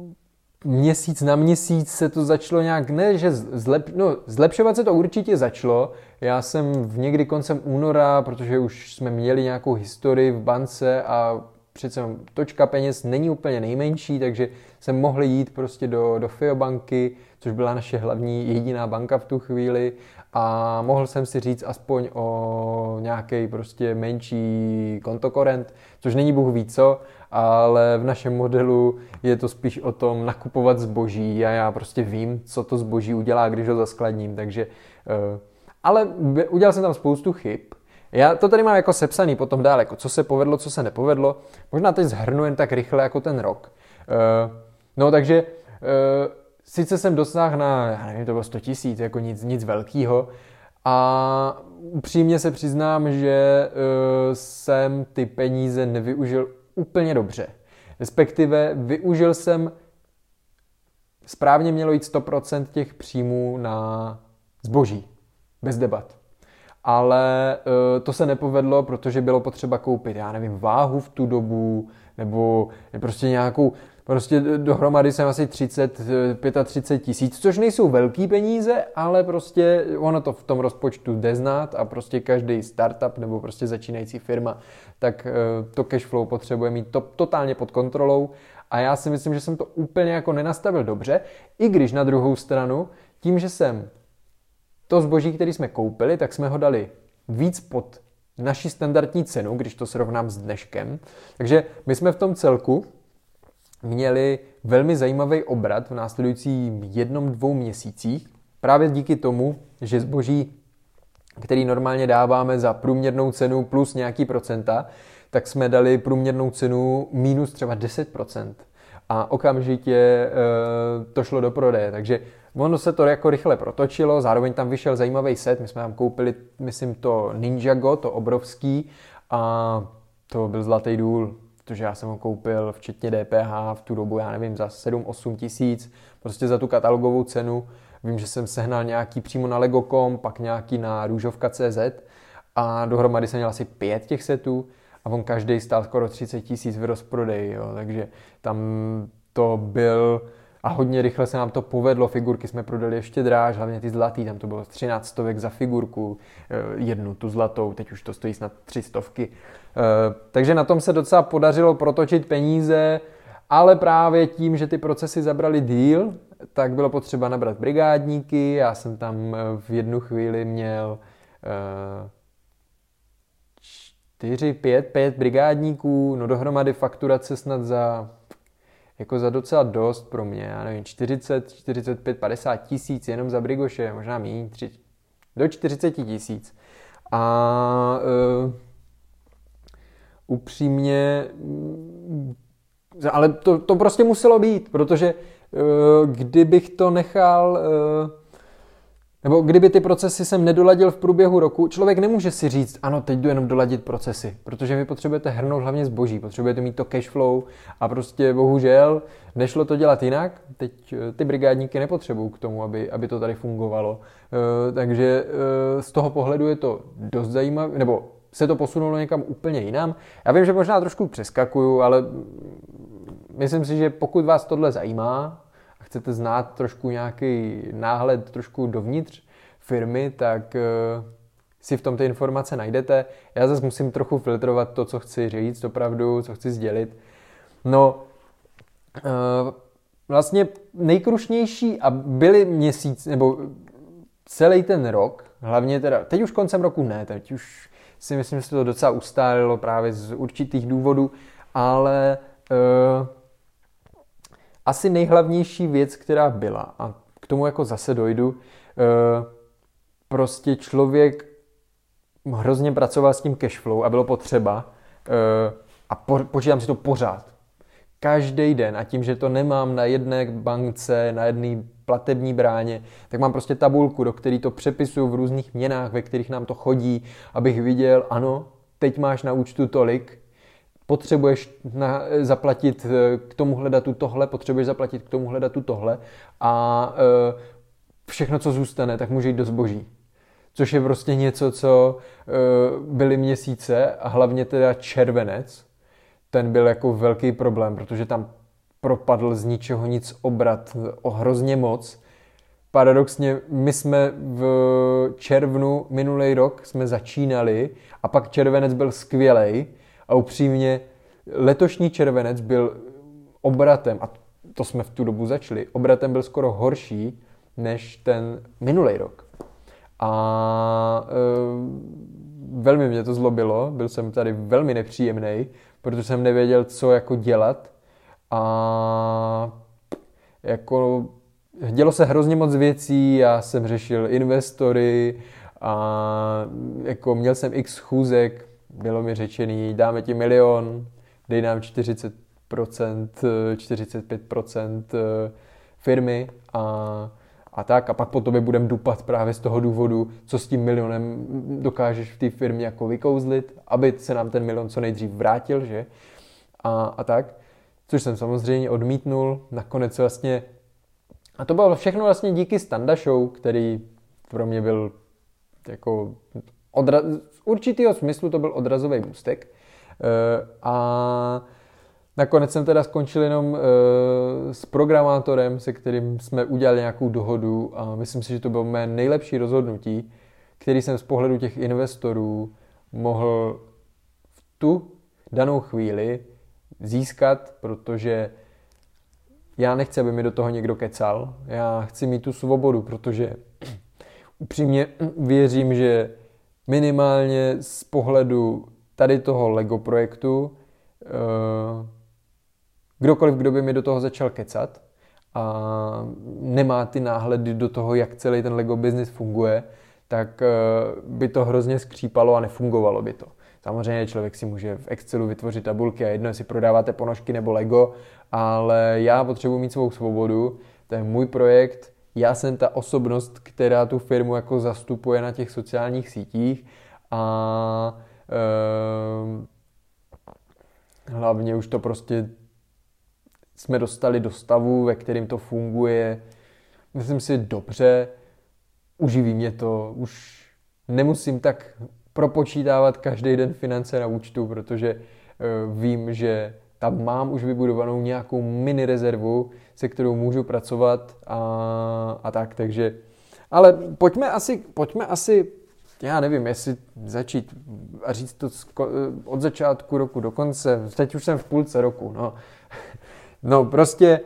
měsíc na měsíc se to začalo nějak, ne, že zlep, no, zlepšovat se to určitě začalo. Já jsem v někdy koncem února, protože už jsme měli nějakou historii v bance a přece točka peněz není úplně nejmenší, takže jsem mohl jít prostě do, do Fiobanky, což byla naše hlavní jediná banka v tu chvíli a mohl jsem si říct aspoň o nějaký prostě menší kontokorent, což není Bůh ví co, ale v našem modelu je to spíš o tom nakupovat zboží a já prostě vím, co to zboží udělá, když ho zaskladním, takže ale udělal jsem tam spoustu chyb. Já to tady mám jako sepsaný potom dál, jako co se povedlo, co se nepovedlo. Možná teď shrnu jen tak rychle jako ten rok. No takže sice jsem dosáhl na, já nevím, to bylo sto tisíc, jako nic, nic velkýho. A upřímně se přiznám, že jsem ty peníze nevyužil úplně dobře. Respektive využil jsem, správně mělo jít sto procent těch příjmů na zboží. Bez debat. Ale e, to se nepovedlo, protože bylo potřeba koupit, já nevím, váhu v tu dobu, nebo prostě nějakou, prostě dohromady jsem asi třicet, třicet pět tisíc, což nejsou velký peníze, ale prostě ono to v tom rozpočtu jde znát a prostě každý startup nebo prostě začínající firma, tak e, to cash flow potřebuje mít to, totálně pod kontrolou a já si myslím, že jsem to úplně jako nenastavil dobře, i když na druhou stranu, tím, že jsem to zboží, který jsme koupili, tak jsme ho dali víc pod naši standardní cenu, když to srovnám s dneškem. Takže my jsme v tom celku měli velmi zajímavý obrat v následujícím jednom, dvou měsících. Právě díky tomu, že zboží, který normálně dáváme za průměrnou cenu plus nějaký procenta, tak jsme dali průměrnou cenu minus třeba deset procent. A okamžitě e, to šlo do prodeje. Takže ono se to jako rychle protočilo, zároveň tam vyšel zajímavý set, my jsme tam koupili, myslím, to Ninjago, to obrovský a to byl zlatý důl, protože já jsem ho koupil včetně D P H v tu dobu, já nevím, za sedm osm tisíc, prostě za tu katalogovou cenu. Vím, že jsem sehnal nějaký přímo na Lego tečka com, pak nějaký na růžovka tečka cé zet a dohromady jsem měl asi pět těch setů a on každý stál skoro třicet tisíc v rozprodeji, jo, takže tam to byl a hodně rychle se nám to povedlo, figurky jsme prodali ještě dráž, hlavně ty zlatý, tam to bylo třináct stovek za figurku, jednu tu zlatou, teď už to stojí snad tři stovky. Takže na tom se docela podařilo protočit peníze, ale právě tím, že ty procesy zabrali díl, tak bylo potřeba nabrat brigádníky, já jsem tam v jednu chvíli měl čtyři, pět, pět brigádníků, no dohromady fakturace snad za jako za docela dost pro mě, já nevím, čtyřicet, čtyřicet pět, padesát tisíc jenom za brigoše, možná méně, do čtyřicet tisíc. A uh, upřímně, ale to, to prostě muselo být, protože uh, kdybych to nechal, uh, nebo kdyby ty procesy jsem nedoladil v průběhu roku, člověk nemůže si říct, ano, teď jdu jenom doladit procesy, protože vy potřebujete hrnout hlavně zboží, potřebujete mít to cash flow a prostě bohužel nešlo to dělat jinak. Teď ty brigádníky nepotřebují k tomu, aby, aby to tady fungovalo. E, takže e, z toho pohledu je to dost zajímavé, nebo se to posunulo někam úplně jinam. Já vím, že možná trošku přeskakuju, ale myslím si, že pokud vás tohle zajímá, chcete znát trošku nějaký náhled trošku dovnitř firmy, tak uh, si v tom ty informace najdete. Já zase musím trochu filtrovat to, co chci říct, opravdu, co chci sdělit. No, uh, vlastně nejkrušnější a byly měsíc, nebo celý ten rok, hlavně teda, teď už koncem roku ne, teď už si myslím, že se to docela ustálilo právě z určitých důvodů, ale uh, asi nejhlavnější věc, která byla, a k tomu jako zase dojdu, prostě člověk hrozně pracoval s tím cashflow a bylo potřeba a počítám si to pořád. Každý den a tím, že to nemám na jedné bankce, na jedné platební bráně, tak mám prostě tabulku, do které to přepisuju v různých měnách, ve kterých nám to chodí, abych viděl, ano, teď máš na účtu tolik, potřebuješ na, zaplatit k tomuhle datu tohle, potřebuješ zaplatit k tomuhle datu tohle a e, všechno, co zůstane, tak může jít do zboží. Což je prostě něco, co e, byly měsíce a hlavně teda červenec, ten byl jako velký problém, protože tam propadl z ničeho nic obrat o hrozně moc. Paradoxně, my jsme v červnu minulý rok jsme začínali a pak červenec byl skvělej, a upřímně, letošní červenec byl obratem, a to jsme v tu dobu začali, obratem byl skoro horší než ten minulý rok. A e, velmi mě to zlobilo, byl jsem tady velmi nepříjemnej, protože jsem nevěděl, co jako dělat. A jako dělo se hrozně moc věcí, já jsem řešil investory a jako měl jsem x schůzek, bylo mi řečený, dáme ti milion, dej nám čtyřicet procent, čtyřicet pět procent firmy a, a tak. A pak po tobě budem dupat právě z toho důvodu, co s tím milionem dokážeš v té firmě jako vykouzlit, aby se nám ten milion co nejdřív vrátil, že? A, a tak. Což jsem samozřejmě odmítnul. Nakonec vlastně, a to bylo všechno vlastně díky Standa Show, který pro mě byl jako odra... z určitého smyslu to byl odrazový můstek. A nakonec jsem teda skončil jenom s programátorem, se kterým jsme udělali nějakou dohodu a myslím si, že to bylo mé nejlepší rozhodnutí, který jsem z pohledu těch investorů mohl v tu danou chvíli získat, protože já nechci, aby mi do toho někdo kecal. Já chci mít tu svobodu, protože upřímně věřím, že minimálně z pohledu tady toho Lego projektu kdokoliv, kdo by mi do toho začal kecat a nemá ty náhledy do toho, jak celý ten Lego business funguje, tak by to hrozně skřípalo a nefungovalo by to. Samozřejmě člověk si může v Excelu vytvořit tabulky a jedno, jestli prodáváte ponožky nebo Lego, ale já potřebuji mít svou svobodu, to je můj projekt, já jsem ta osobnost, která tu firmu jako zastupuje na těch sociálních sítích a e, hlavně už to prostě jsme dostali do stavu, ve kterém to funguje, myslím si, dobře, uživí mě to, už nemusím tak propočítávat každý den finance na účtu, protože e, vím, že tam mám už vybudovanou nějakou mini rezervu, se kterou můžu pracovat a, a tak, takže ale pojďme asi, pojďme asi, já nevím, jestli začít a říct to od začátku roku do konce, teď už jsem v půlce roku, no, no prostě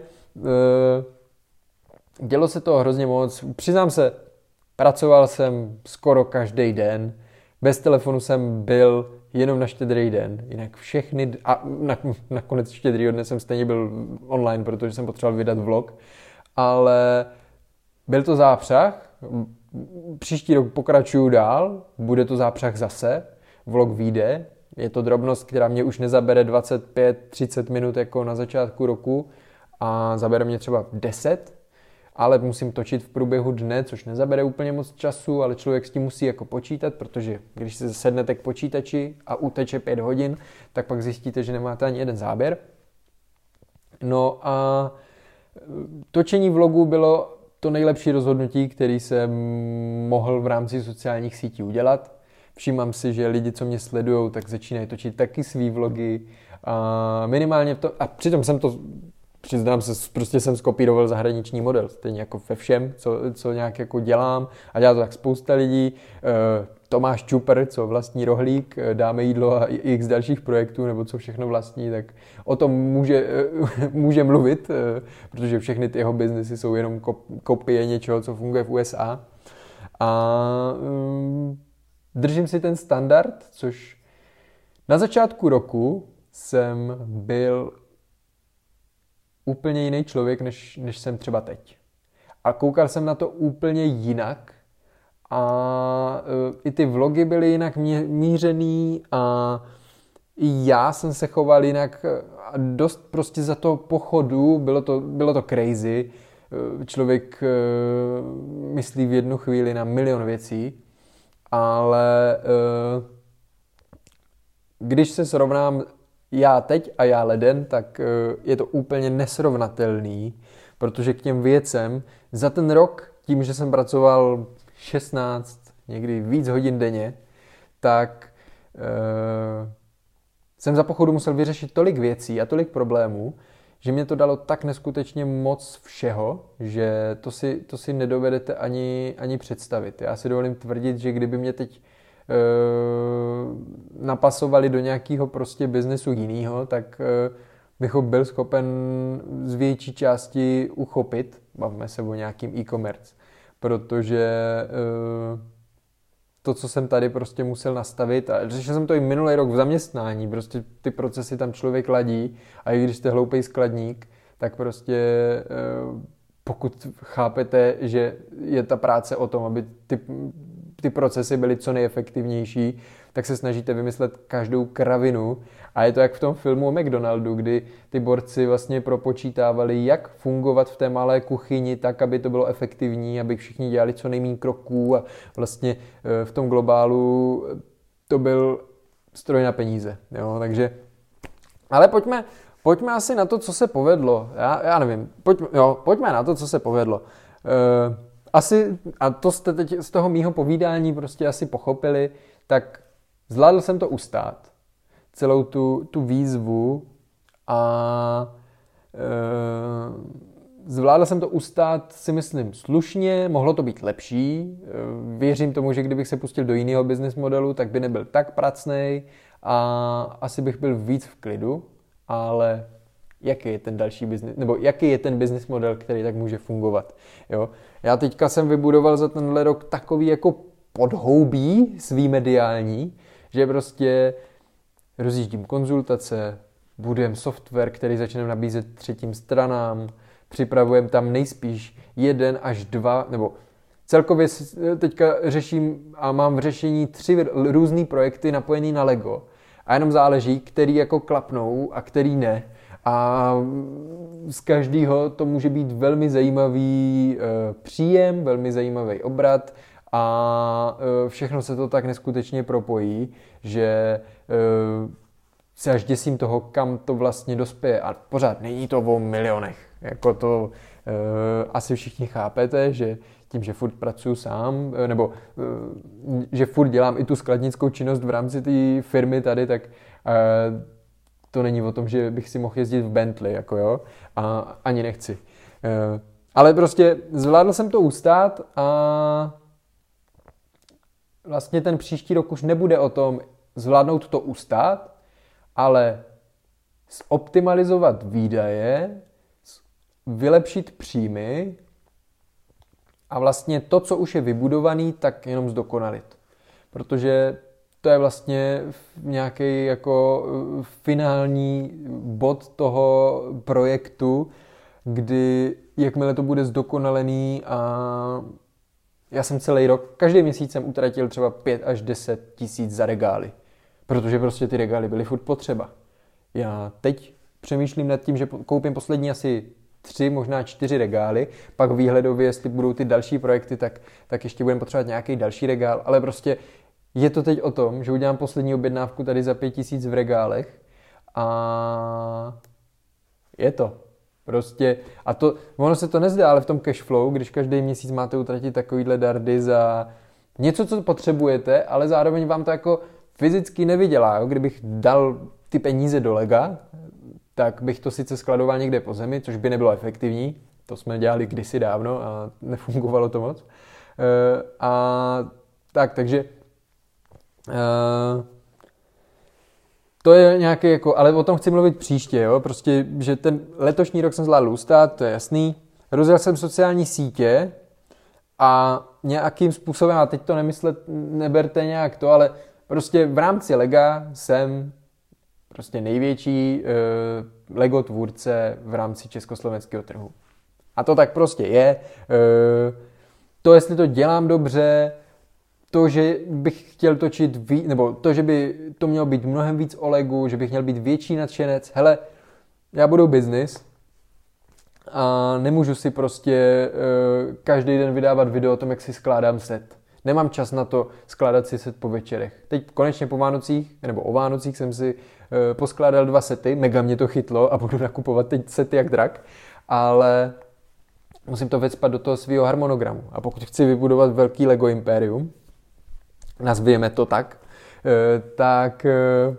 dělo se toho hrozně moc, přiznám se, pracoval jsem skoro každý den, bez telefonu jsem byl jenom na Štědrý den, jinak všechny, a na, nakonec Štědrýho dne jsem stejně byl online, protože jsem potřeboval vydat vlog, ale byl to zápřah, příští rok pokračuju dál, bude to zápřah zase, vlog vyjde, je to drobnost, která mě už nezabere dvacet pět třicet minut jako na začátku roku a zabere mě třeba deset, ale musím točit v průběhu dne, což nezabere úplně moc času, ale člověk s tím musí jako počítat, protože když se sednete k počítači a uteče pět hodin, tak pak zjistíte, že nemáte ani jeden záběr. No a točení vlogu bylo to nejlepší rozhodnutí, který jsem mohl v rámci sociálních sítí udělat. Všímám si, že lidi, co mě sledujou, tak začínají točit taky svý vlogy. A minimálně to, a přitom jsem to, přiznám se, prostě jsem skopíroval zahraniční model, stejně jako ve všem, co, co nějak jako dělám. A dělá to tak spousta lidí. Tomáš Čupr, co vlastní Rohlík, Dáme jídlo a x dalších projektů, nebo co všechno vlastní, tak o tom může, může mluvit, protože všechny ty jeho biznesy jsou jenom kopie něčeho, co funguje v U S A. A um, držím si ten standard, což na začátku roku jsem byl úplně jiný člověk, než, než jsem třeba teď. A koukal jsem na to úplně jinak, a uh, i ty vlogy byly jinak mířený a i já jsem se choval jinak a dost prostě za to pochodu, bylo to, bylo to crazy. Člověk uh, myslí v jednu chvíli na milion věcí, ale uh, když se srovnám já teď a já leden, tak uh, je to úplně nesrovnatelný, protože k těm věcem za ten rok, tím, že jsem pracoval šestnáct, někdy víc hodin denně, tak uh, jsem za pochodu musel vyřešit tolik věcí a tolik problémů, že mě to dalo tak neskutečně moc všeho, že to si, to si nedovedete ani, ani představit. Já si dovolím tvrdit, že kdyby mě teď uh, napasovali do nějakého prostě biznesu jinýho, tak uh, bych ho byl schopen z větší části uchopit. Bavme se o nějakým e-commerce. Protože uh, to, co jsem tady prostě musel nastavit, a řešil jsem to i minulý rok v zaměstnání, prostě ty procesy tam člověk ladí a i když jste hloupej skladník, tak prostě uh, pokud chápete, že je ta práce o tom, aby ty, ty procesy byly co nejefektivnější, tak se snažíte vymyslet každou kravinu. A je to jak v tom filmu o McDonaldu, kdy ty borci vlastně propočítávali, jak fungovat v té malé kuchyni tak, aby to bylo efektivní, aby všichni dělali co nejméně kroků a vlastně v tom globálu to byl stroj na peníze. Jo? Takže, ale pojďme, pojďme asi na to, co se povedlo. Já, já nevím, pojďme, jo, pojďme na to, co se povedlo. Uh, asi, a to jste teď z toho mýho povídání prostě asi pochopili, tak zvládl jsem to ustát. Celou tu, tu výzvu a e, zvládl jsem to ustát, si myslím, slušně, mohlo to být lepší. E, věřím tomu, že kdybych se pustil do jiného business modelu, tak by nebyl tak pracnej a asi bych byl víc v klidu, ale jaký je ten další business, nebo jaký je ten business model, který tak může fungovat. Jo? Já teďka jsem vybudoval za tenhle rok takový jako podhoubí svý mediální, že prostě rozjíždím konzultace, budujeme software, který začneme nabízet třetím stranám, připravujeme tam nejspíš jeden až dva, nebo celkově teďka řeším a mám v řešení tři různý projekty napojený na Lego. A jenom záleží, který jako klapnou a který ne. A z každého to může být velmi zajímavý příjem, velmi zajímavý obrat a všechno se to tak neskutečně propojí, že se až děsím toho, kam to vlastně dospěje. A pořád není to o milionech. Jako to asi všichni chápete, že tím, že furt pracuji sám, nebo že furt dělám i tu skladnickou činnost v rámci té firmy tady, tak to není o tom, že bych si mohl jezdit v Bentley, jako jo, a ani nechci. Ale prostě zvládl jsem to ustát a vlastně ten příští rok už nebude o tom zvládnout to ustát, ale zoptimalizovat výdaje, vylepšit příjmy a vlastně to, co už je vybudovaný, tak jenom zdokonalit. Protože to je vlastně nějaký jako finální bod toho projektu, kdy jakmile to bude zdokonalený a já jsem celý rok, každý měsíc jsem utratil třeba pět až deset tisíc za regály, protože prostě ty regály byly furt potřeba. Já teď přemýšlím nad tím, že koupím poslední asi tři, možná čtyři regály, pak výhledově, jestli budou ty další projekty, tak, tak ještě budeme potřebovat nějaký další regál, ale prostě je to teď o tom, že udělám poslední objednávku tady za pět tisíc v regálech a je to. Prostě, a to, ono se to nezdá, ale v tom cashflow, když každý měsíc máte utratit takovýhle dardy za něco, co potřebujete, ale zároveň vám to jako fyzicky nevydělá. Jo? Kdybych dal ty peníze do lega, tak bych to sice skladoval někde po zemi, což by nebylo efektivní. To jsme dělali kdysi dávno a nefungovalo to moc. E, a tak, takže e, to je nějaký jako, ale o tom chci mluvit příště, jo, prostě, že ten letošní rok jsem zvládl ustát, to je jasný. Rozjel jsem sociální sítě a nějakým způsobem, a teď to nemyslet, neberte nějak to, ale prostě v rámci lega jsem prostě největší uh, Lego tvůrce v rámci československého trhu. A to tak prostě je. Uh, to, jestli to dělám dobře, to, že bych chtěl točit víc, nebo to, že by to mělo být mnohem víc o Legu, že bych měl být větší nadšenec. Hele, já budu business a nemůžu si prostě uh, každý den vydávat video o tom, jak si skládám set. Nemám čas na to skládat si set po večerech. Teď konečně po Vánocích, nebo o Vánocích jsem si uh, poskládal dva sety, mega mě to chytlo a budu nakupovat teď sety jak drak, ale musím to vecpat do toho svého harmonogramu. A pokud chci vybudovat velký Lego impérium, nazvěme to tak, uh, tak uh,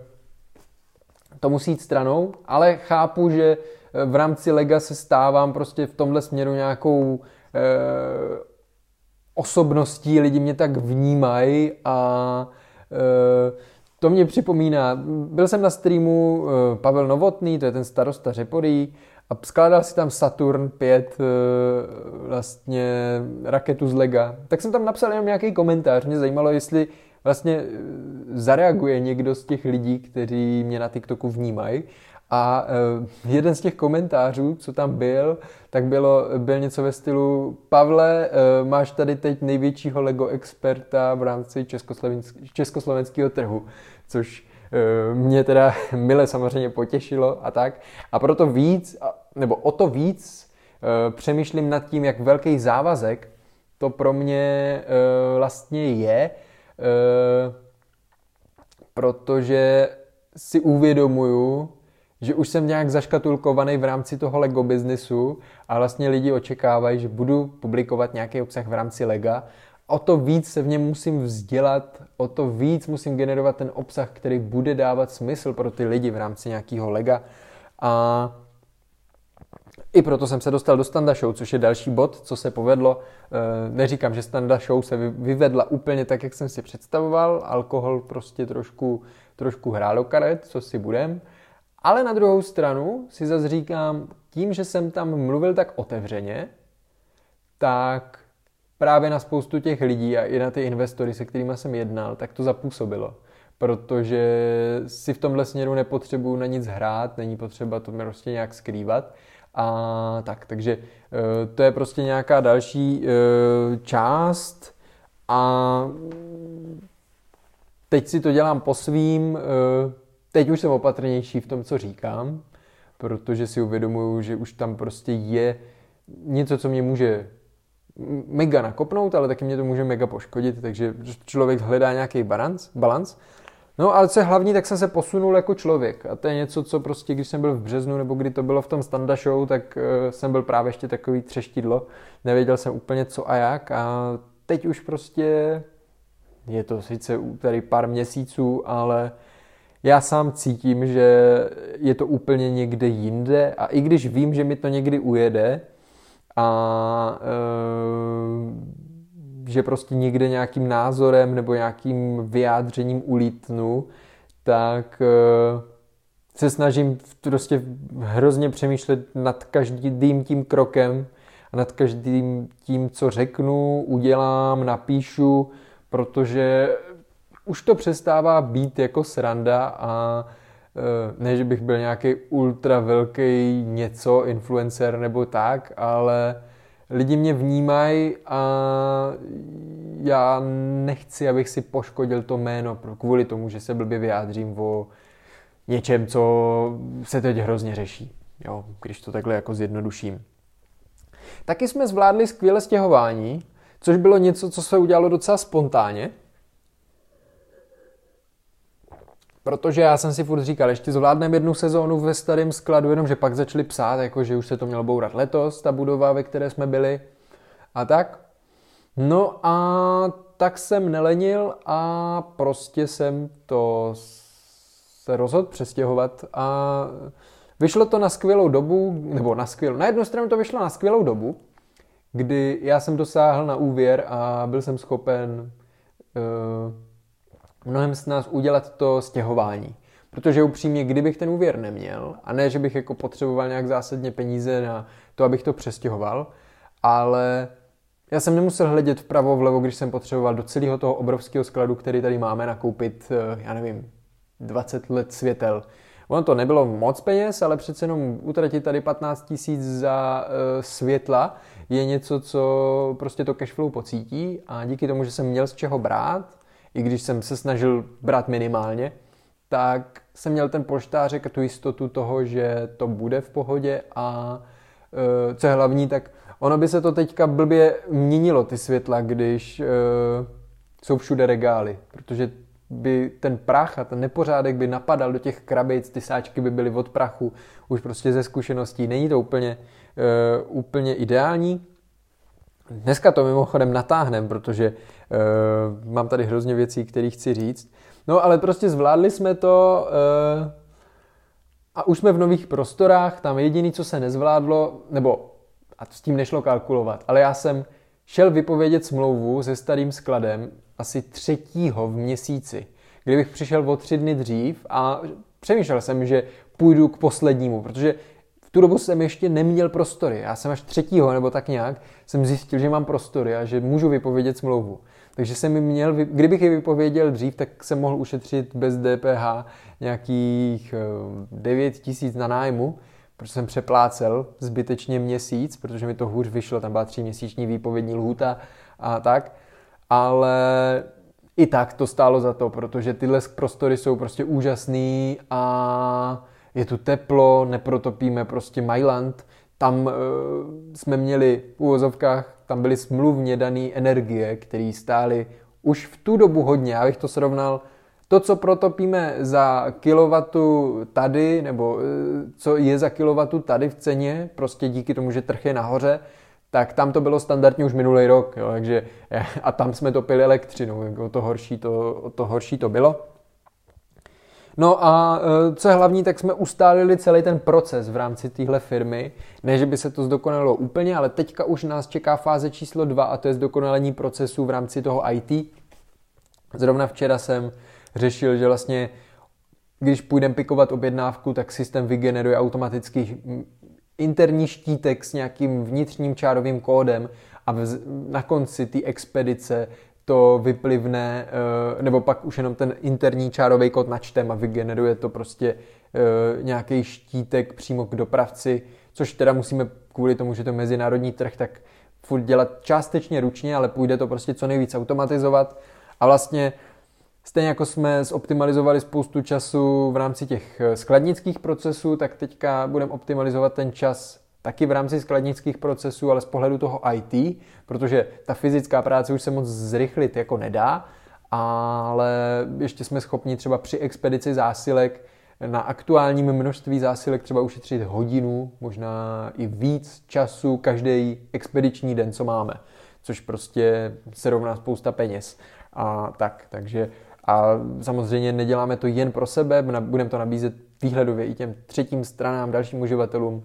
to musí jít stranou, ale chápu, že v rámci Lega se stávám prostě v tomhle směru nějakou uh, osobností, lidi mě tak vnímají a e, to mě připomíná, byl jsem na streamu e, Pavel Novotný, to je ten starosta Řeporyjí a skládal si tam Saturn pět e, vlastně raketu z Lega, tak jsem tam napsal jenom nějaký komentář, mě zajímalo, jestli vlastně zareaguje někdo z těch lidí, kteří mě na TikToku vnímají. A uh, jeden z těch komentářů, co tam byl, tak bylo, byl něco ve stylu Pavle, uh, máš tady teď největšího Lego experta v rámci československého trhu, což uh, mě teda mile samozřejmě potěšilo a tak. A proto víc, nebo o to víc uh, přemýšlím nad tím, jak velký závazek to pro mě uh, vlastně je, uh, protože si uvědomuju, že už jsem nějak zaškatulkovaný v rámci toho Lego biznisu a vlastně lidi očekávají, že budu publikovat nějaký obsah v rámci Lega. O to víc se v něm musím vzdělat, o to víc musím generovat ten obsah, který bude dávat smysl pro ty lidi v rámci nějakého Lega. A i proto jsem se dostal do Standa Show, což je další bod, co se povedlo. Neříkám, že Standa Show se vyvedla úplně tak, jak jsem si představoval. Alkohol prostě trošku, trošku hrál do karet, co si budem. Ale na druhou stranu si zase říkám, tím, že jsem tam mluvil tak otevřeně, tak právě na spoustu těch lidí a i na ty investory, se kterými jsem jednal, tak to zapůsobilo. Protože si v tomhle směru nepotřebuju na nic hrát, není potřeba to prostě nějak skrývat. A tak, takže to je prostě nějaká další část a teď si to dělám po svým. Teď už jsem opatrnější v tom, co říkám, protože si uvědomuju, že už tam prostě je něco, co mě může mega nakopnout, ale taky mě to může mega poškodit, takže člověk hledá nějaký balans. balans. No ale co je hlavní, tak jsem se posunul jako člověk a to je něco, co prostě, když jsem byl v březnu nebo kdy to bylo v tom Standa Show, tak uh, jsem byl právě ještě takový třeštidlo, nevěděl jsem úplně co a jak a teď už prostě je to sice tady pár měsíců, ale já sám cítím, že je to úplně někde jinde a i když vím, že mi to někdy ujede, a e, že prostě někde nějakým názorem nebo nějakým vyjádřením ulítnu, tak e, se snažím prostě hrozně přemýšlet nad každým tím krokem a nad každým tím, co řeknu, udělám, napíšu, protože už to přestává být jako sranda a ne, že bych byl nějaký ultra velký něco, influencer nebo tak, ale lidi mě vnímají a já nechci, abych si poškodil to jméno kvůli tomu, že se blbě vyjádřím o něčem, co se teď hrozně řeší, jo, když to takhle jako zjednoduším. Taky jsme zvládli skvěle stěhování, což bylo něco, co se udělalo docela spontánně, protože já jsem si furt říkal, ještě zvládneme jednu sezónu ve starém skladu, jenomže pak začali psát, jako že už se to mělo bourat letos, ta budova, ve které jsme byli a tak. No a tak jsem nelenil a prostě jsem to se rozhodl přestěhovat a vyšlo to na skvělou dobu, nebo na skvělou, na jednu stranu to vyšlo na skvělou dobu, kdy já jsem dosáhl na úvěr a byl jsem schopen uh, mnohem s nás udělat to stěhování. Protože upřímně, kdybych ten úvěr neměl, a ne, že bych jako potřeboval nějak zásadně peníze na to, abych to přestěhoval, ale já jsem nemusel hledět vpravo, vlevo, když jsem potřeboval do celého toho obrovského skladu, který tady máme, nakoupit, já nevím, dvacet let světel. Ono to nebylo moc peněz, ale přece jenom utratit tady patnáct tisíc za uh, světla je něco, co prostě to cashflow pocítí a díky tomu, že jsem měl z čeho brát, i když jsem se snažil brát minimálně, tak jsem měl ten polštářek a tu jistotu toho, že to bude v pohodě a uh, co je hlavní, tak ono by se to teďka blbě měnilo, ty světla, když uh, jsou všude regály, protože by ten prach a ten nepořádek by napadal do těch krabic, ty sáčky by byly od prachu, už prostě ze zkušeností. Není to úplně, uh, úplně ideální. Dneska to mimochodem natáhnem, protože uh, mám tady hrozně věcí, které chci říct. No ale prostě zvládli jsme to uh, a už jsme v nových prostorách, tam jediné, co se nezvládlo, nebo a s tím nešlo kalkulovat, ale já jsem šel vypovědět smlouvu se starým skladem asi třetího v měsíci, kdybych přišel o tři dny dřív a přemýšlel jsem, že půjdu k poslednímu, protože v tu dobu jsem ještě neměl prostory. Já jsem až třetího nebo tak nějak jsem zjistil, že mám prostory a že můžu vypovědět smlouvu. Takže jsem mi měl, kdybych ji vypověděl dřív, tak jsem mohl ušetřit bez D P H nějakých devět tisíc na nájmu, protože jsem přeplácel zbytečně měsíc, protože mi to hůř vyšlo, tam byla tříměsíční výpovědní lhůta a tak. Ale i tak to stálo za to, protože tyhle prostory jsou prostě úžasný a je tu teplo, neprotopíme prostě Mailand. Tam e, jsme měli v uvozovkách, tam byly smluvně dané energie, které stály už v tu dobu hodně. Já bych to srovnal, to, co protopíme za kilowatu tady, nebo e, co je za kilowatu tady v ceně, prostě díky tomu, že trh je nahoře, tak tam to bylo standardně už minulý rok, jo, takže, a tam jsme topili elektřinu, o to horší to, o to horší to bylo. No a co je hlavní, tak jsme ustálili celý ten proces v rámci téhle firmy. Ne, že by se to zdokonalilo úplně, ale teďka už nás čeká fáze číslo dva a to je zdokonalení procesu v rámci toho í té. Zrovna včera jsem řešil, že vlastně, když půjdeme pikovat objednávku, tak systém vygeneruje automaticky interní štítek s nějakým vnitřním čárovým kódem a vz, na konci té expedice to vyplivne, nebo pak už jenom ten interní čárový kód načtem a vygeneruje to prostě nějaký štítek přímo k dopravci, což teda musíme kvůli tomu, že to je mezinárodní trh, tak furt dělat částečně ručně, ale půjde to prostě co nejvíc automatizovat a vlastně stejně jako jsme zoptimalizovali spoustu času v rámci těch skladnických procesů, tak teďka budeme optimalizovat ten čas taky v rámci skladnických procesů, ale z pohledu toho í té, protože ta fyzická práce už se moc zrychlit jako nedá, ale ještě jsme schopni třeba při expedici zásilek na aktuálním množství zásilek třeba ušetřit hodinu, možná i víc času každý expediční den, co máme, což prostě se rovná spousta peněz. A tak, takže a samozřejmě neděláme to jen pro sebe, budeme to nabízet výhledově i těm třetím stranám, dalším uživatelům.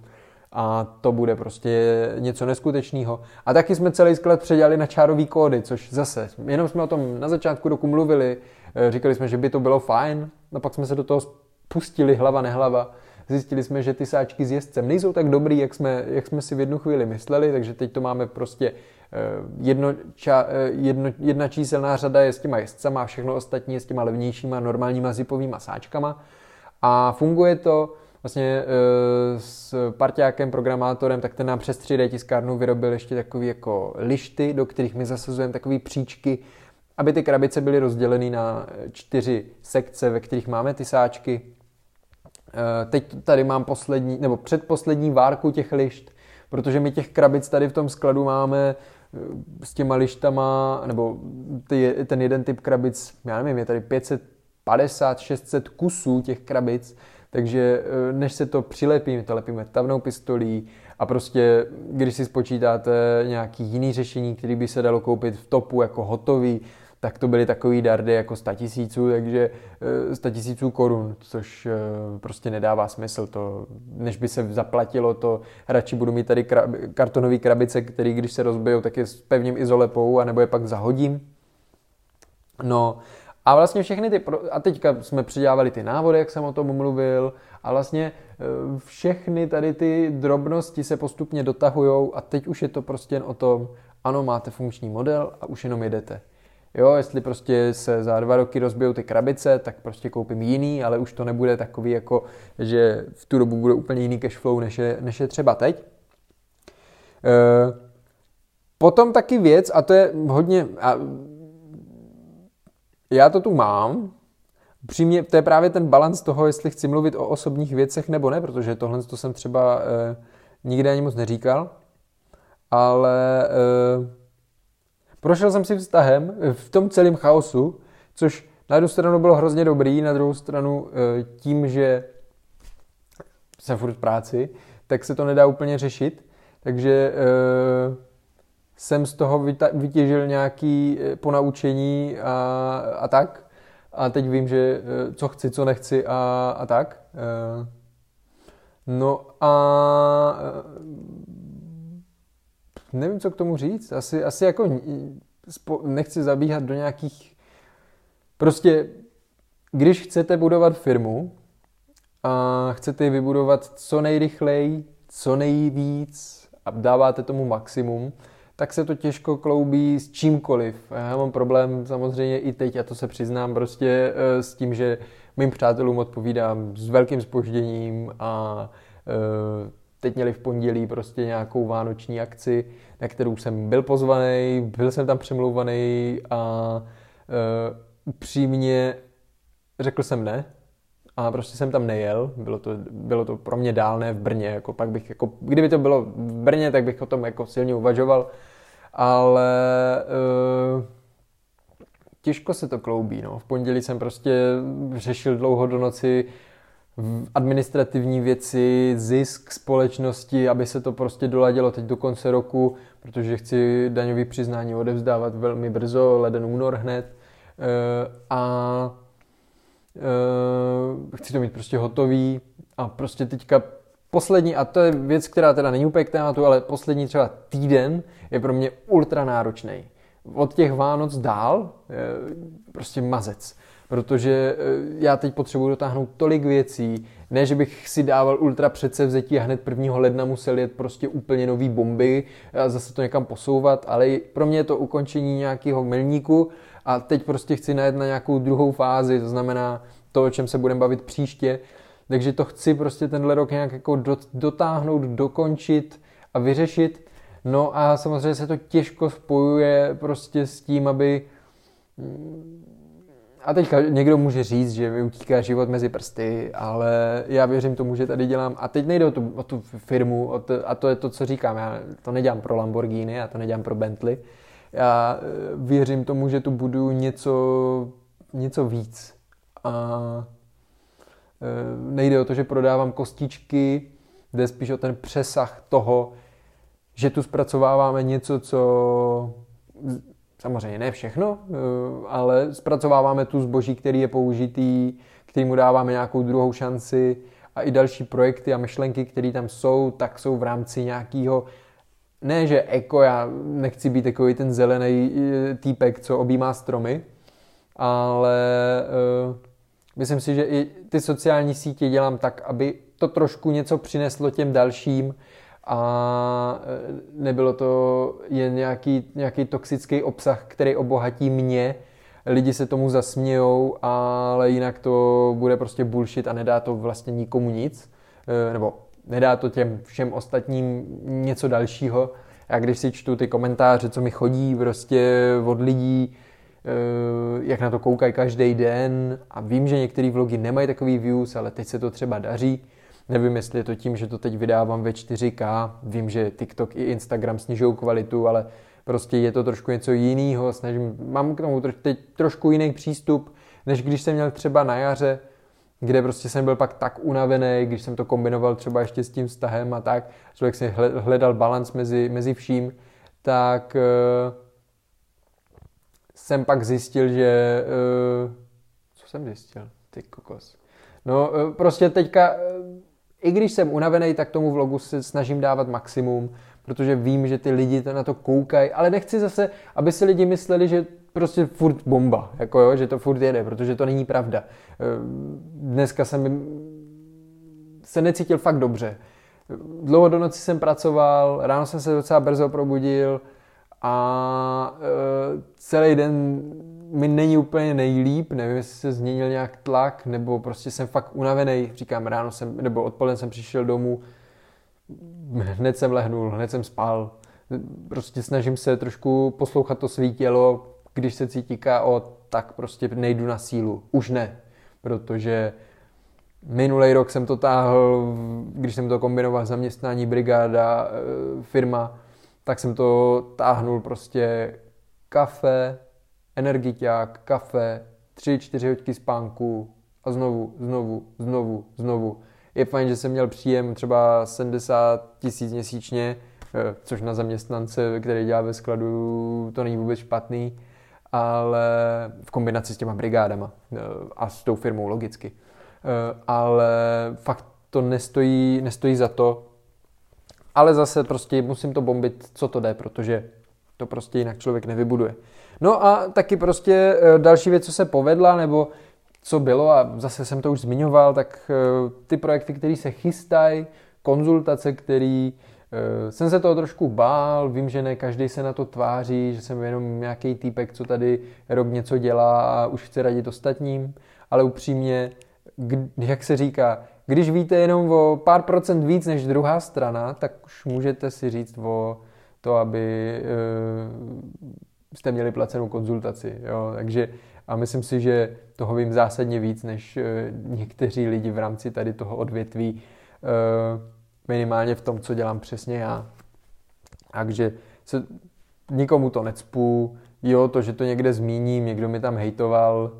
a to bude prostě něco neskutečného. A taky jsme celý sklad předělali na čárový kódy, což zase, jenom jsme o tom na začátku roku mluvili, říkali jsme, že by to bylo fajn, no pak jsme se do toho pustili hlava nehlava. Zjistili jsme, že ty sáčky s jezdcem nejsou tak dobrý, jak jsme, jak jsme si v jednu chvíli mysleli, takže teď to máme prostě jedno, ča, jedno, jedna číselná řada je s těma jezdcama a všechno ostatní je s těma levnějšíma normálníma zipovýma sáčkama. A funguje to vlastně s parťákem, programátorem, tak ten nám přes tři dé tiskárnu vyrobil ještě takový jako lišty, do kterých my zasazujeme takový příčky, aby ty krabice byly rozděleny na čtyři sekce, ve kterých máme ty sáčky. Teď tady mám poslední, nebo předposlední várku těch lišt, protože my těch krabic tady v tom skladu máme s těma lištama, nebo ty, ten jeden typ krabic, já nevím, je tady pět set padesát šest set kusů těch krabic, takže než se to přilepí, my to lepíme tavnou pistolí a prostě, když si spočítáte nějaký jiný řešení, který by se dalo koupit v topu jako hotový, tak to byly takový dardy jako sto tisíců, takže sto tisíců korun, což prostě nedává smysl. To, než by se zaplatilo, to radši budu mít tady krab, kartonové krabice, které když se rozbijou, tak je s pevným izolepou, anebo je pak zahodím. No a vlastně všechny ty, a teďka jsme přidělávali ty návody, jak jsem o tom mluvil, a vlastně všechny tady ty drobnosti se postupně dotahujou a teď už je to prostě jen o tom, ano, máte funkční model a už jenom jedete. Jo, jestli prostě se za dva roky rozbijou ty krabice, tak prostě koupím jiný, ale už to nebude takový jako, že v tu dobu bude úplně jiný cashflow, než je, než je třeba teď. E, potom taky věc, a to je hodně, a já to tu mám, přímě, to je právě ten balans toho, jestli chci mluvit o osobních věcech nebo ne, protože tohle to jsem třeba e, nikdy ani moc neříkal, ale e, prošel jsem si vztahem v tom celém chaosu, což na jednu stranu bylo hrozně dobrý, na druhou stranu tím, že jsem furt v práci, tak se to nedá úplně řešit. Takže uh, jsem z toho vytěžil nějaké ponaučení a, a tak. A teď vím, že co chci, co nechci a, a tak. Uh, no a... Nevím, co k tomu říct. Asi, asi jako nechci zabíhat do nějakých... Prostě, když chcete budovat firmu a chcete ji vybudovat co nejrychleji, co nejvíc a dáváte tomu maximum, tak se to těžko kloubí s čímkoliv. Já mám problém samozřejmě i teď, a to se přiznám prostě s tím, že mým přátelům odpovídám s velkým zpožděním a teď měli v pondělí prostě nějakou vánoční akci, na kterou jsem byl pozvaný, byl jsem tam přemlouvaný a uh, upřímně řekl jsem ne a prostě jsem tam nejel. Bylo to, bylo to pro mě dálné v Brně, jako pak bych, jako, kdyby to bylo v Brně, tak bych o tom jako silně uvažoval, ale uh, těžko se to kloubí. No. V pondělí jsem prostě řešil dlouho do noci administrativní věci, zisk společnosti, aby se to prostě doladilo teď do konce roku, protože chci daňové přiznání odevzdávat velmi brzo, leden, únor hned. A chci to mít prostě hotový a prostě teďka poslední, a to je věc, která teda není úplně k tématu, ale poslední třeba týden je pro mě ultra náročný. Od těch Vánoc dál prostě mazec. Protože já teď potřebuji dotáhnout tolik věcí, ne, že bych si dával ultra předsevzetí a hned prvního ledna musel jet prostě úplně nový bomby a zase to někam posouvat, ale pro mě je to ukončení nějakého milníku a teď prostě chci najet na nějakou druhou fázi, to znamená to, o čem se budeme bavit příště, takže to chci prostě tenhle rok nějak jako dotáhnout, dokončit a vyřešit. No a samozřejmě se to těžko spojuje prostě s tím, aby... A teďka někdo může říct, že mi utíká život mezi prsty, ale já věřím tomu, že tady dělám, a teď nejde o tu, o tu firmu, o to, a to je to, co říkám, já to nedělám pro Lamborghini, já to nedělám pro Bentley, já věřím tomu, že tu budu něco, něco víc. A nejde o to, že prodávám kostičky, jde spíš o ten přesah toho, že tu zpracováváme něco, co... Samozřejmě ne všechno, ale zpracováváme tu zboží, který je použitý, kterýmu dáváme nějakou druhou šanci a i další projekty a myšlenky, které tam jsou, tak jsou v rámci nějakého, ne že eko, já nechci být takový ten zelený týpek, co objímá stromy, ale uh, myslím si, že i ty sociální sítě dělám tak, aby to trošku něco přineslo těm dalším a nebylo to jen nějaký, nějaký toxický obsah, který obohatí mě. Lidi se tomu zasmějou, ale jinak to bude prostě bullshit a nedá to vlastně nikomu nic. Nebo nedá to těm všem ostatním něco dalšího. Já když si čtu ty komentáře, co mi chodí prostě od lidí, jak na to koukají každý den a vím, že některé vlogy nemají takový views, ale teď se to třeba daří. Nevím, jestli je to tím, že to teď vydávám ve čtyři ká. Vím, že TikTok i Instagram snižují kvalitu, ale prostě je to trošku něco jiného. Snažím, mám k tomu teď trošku jiný přístup, než když jsem měl třeba na jaře, kde prostě jsem byl pak tak unavený, když jsem to kombinoval třeba ještě s tím vztahem a tak. Člověk si hledal balans mezi, mezi vším, tak uh, jsem pak zjistil, že... Uh, co jsem zjistil? Ty kokos. No uh, prostě teďka... Uh, I když jsem unavený, tak tomu vlogu se snažím dávat maximum, protože vím, že ty lidi na to koukají, ale nechci zase, aby si lidi mysleli, že prostě furt bomba, jako jo, že to furt jede, protože to není pravda. Dneska jsem se necítil fakt dobře. Dlouho do noci jsem pracoval, ráno jsem se docela brzo probudil a celý den mi není úplně nejlíp, nevím, jestli se změnil nějak tlak, nebo prostě jsem fakt unavený, říkám, ráno jsem, nebo odpoledne jsem přišel domů, hned jsem lehnul, hned jsem spal, prostě snažím se trošku poslouchat to svý tělo, když se cítí ká ó, tak prostě nejdu na sílu, už ne, protože minulý rok jsem to táhl, když jsem to kombinoval zaměstnání, brigáda, firma, tak jsem to táhnul prostě kafe, energiťák, kafe, tři, čtyři hoďky spánku a znovu, znovu, znovu, znovu. Je fajn, že jsem měl příjem třeba sedmdesát tisíc měsíčně, což na zaměstnance, který dělá ve skladu, to není vůbec špatný, ale v kombinaci s těma brigádama a s tou firmou logicky. Ale fakt to nestojí, nestojí za to, ale zase prostě musím to bombit, co to jde, protože to prostě jinak člověk nevybuduje. No a taky prostě další věc, co se povedla, nebo co bylo, a zase jsem to už zmiňoval, tak ty projekty, které se chystají, konzultace, který jsem se toho trošku bál, vím, že ne každý se na to tváří, že jsem jenom nějaký týpek, co tady rok něco dělá a už chce radit ostatním, ale upřímně, jak se říká, když víte jenom o pár procent víc než druhá strana, tak už můžete si říct o to, aby jste měli placenou konzultaci. Jo? Takže a myslím si, že toho vím zásadně víc, než někteří lidi v rámci tady toho odvětví, minimálně v tom, co dělám přesně já. Takže se, nikomu to necpu, jo, to, že to někde zmíním, někdo mi tam hejtoval,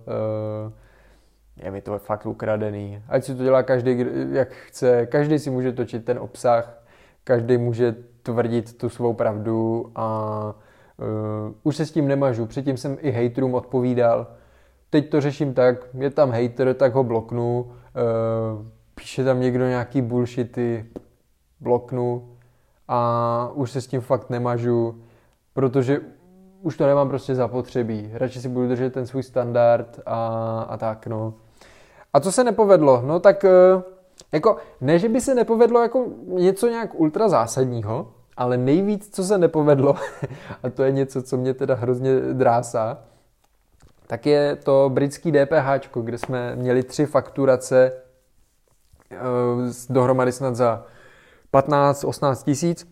je mi to fakt ukradený. Ať si to dělá každý, jak chce, každý si může točit ten obsah, každý může tvrdit tu svou pravdu a uh, už se s tím nemažu. Předtím jsem i hejterům odpovídal. Teď to řeším tak, je tam hejter, tak ho bloknu, uh, píše tam někdo nějaký bullshity, bloknu a už se s tím fakt nemažu, protože už to nemám prostě zapotřebí. Radši si budu držet ten svůj standard a, a tak, no. A co se nepovedlo? No tak, jako, ne, že by se nepovedlo jako něco nějak ultra zásadního, ale nejvíc, co se nepovedlo, a to je něco, co mě teda hrozně drásá, tak je to britský DPHčko, kde jsme měli tři fakturace dohromady snad za patnáct osmnáct tisíc,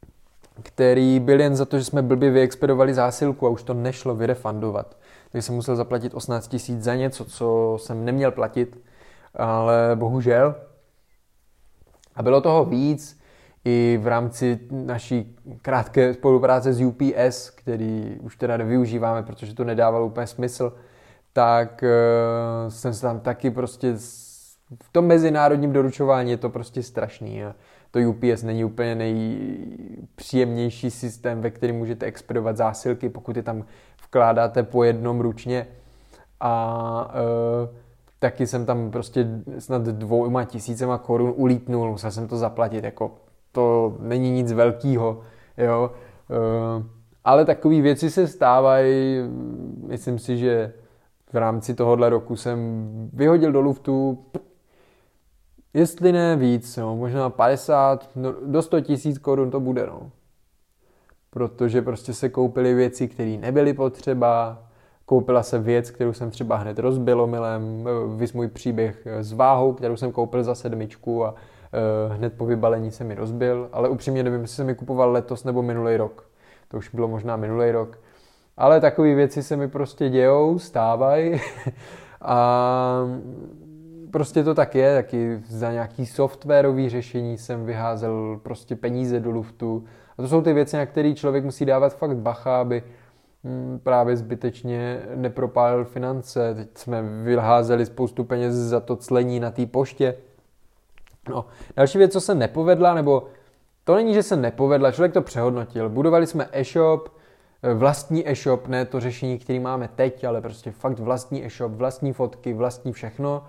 který byl jen za to, že jsme blbě vyexpedovali zásilku a už to nešlo vyrefundovat. Takže jsem musel zaplatit osmnáct tisíc za něco, co jsem neměl platit, ale bohužel. A bylo toho víc i v rámci naší krátké spolupráce s U P S, který už teda nevyužíváme, protože to nedávalo úplně smysl, tak uh, jsem se tam taky prostě v tom mezinárodním doručování je to prostě strašný. A to U P S není úplně nejpříjemnější systém, ve kterém můžete expedovat zásilky, pokud je tam vkládáte po jednom ručně. A e, taky jsem tam prostě snad dvouma tisícema korun ulítnul, musel jsem to zaplatit, jako to není nic velkýho, jo. Ale takové věci se stávají, myslím si, že v rámci tohohle roku jsem vyhodil do luftu, jestli ne víc, no, možná padesát, no, do sto tisíc korun to bude, no. Protože prostě se koupily věci, které nebyly potřeba, koupila se věc, kterou jsem třeba hned rozbil omylem, vys můj příběh s váhou, kterou jsem koupil za sedmičku a uh, hned po vybalení se mi rozbil, ale upřímně nevím, jestli jsem mi kupoval letos nebo minulý rok. To už bylo možná minulý rok. Ale takové věci se mi prostě dějou, stávají a prostě to tak je, taky za nějaký softwarový řešení jsem vyházel prostě peníze do luftu. A to jsou ty věci, na které člověk musí dávat fakt bacha, aby právě zbytečně nepropálil finance. Teď jsme vyházeli spoustu peněz za to clení na té poště. No, další věc, co se nepovedla, nebo to není, že se nepovedla, člověk to přehodnotil. Budovali jsme e-shop, vlastní e-shop, ne to řešení, které máme teď, ale prostě fakt vlastní e-shop, vlastní fotky, vlastní všechno.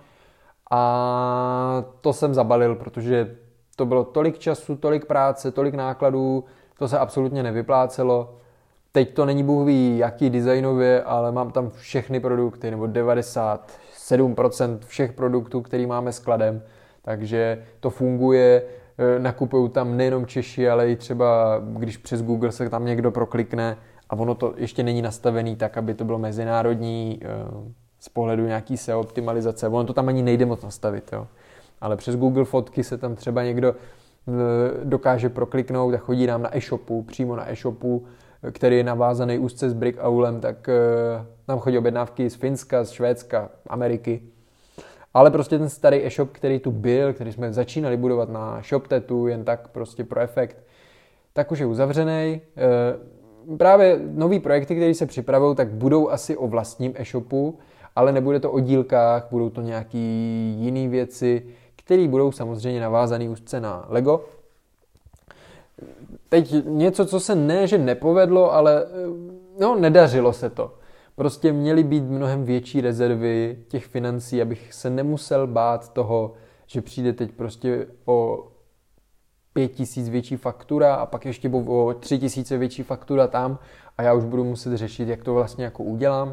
A to jsem zabalil, protože to bylo tolik času, tolik práce, tolik nákladů, to se absolutně nevyplácelo. Teď to není bůh ví jaký designově, ale mám tam všechny produkty, nebo devadesát sedm procent všech produktů, který máme skladem, takže to funguje. Nakupují tam nejenom Češi, ale i třeba, když přes Google se tam někdo proklikne a ono to ještě není nastavený tak, aby to bylo mezinárodní z pohledu nějaký S E O optimalizace. Ono to tam ani nejde moc nastavit, jo. Ale přes Google fotky se tam třeba někdo dokáže prokliknout a chodí nám na e-shopu, přímo na e-shopu, který je navázaný úzce s Brickaulem, tak nám chodí objednávky z Finska, z Švédska, Ameriky. Ale prostě ten starý e-shop, který tu byl, který jsme začínali budovat na ShopTetu, jen tak prostě pro efekt, tak už je uzavřený. Právě nový projekty, které se připravují, tak budou asi o vlastním e-shopu, ale nebude to o dílkách, budou to nějaký jiný věci, které budou samozřejmě navázané úzce na Lego. Teď něco, co se ne, že nepovedlo, ale no, nedařilo se to. Prostě měly být mnohem větší rezervy těch financí, abych se nemusel bát toho, že přijde teď prostě o pět tisíc větší faktura a pak ještě o tři tisíce větší faktura tam a já už budu muset řešit, jak to vlastně jako udělám. E,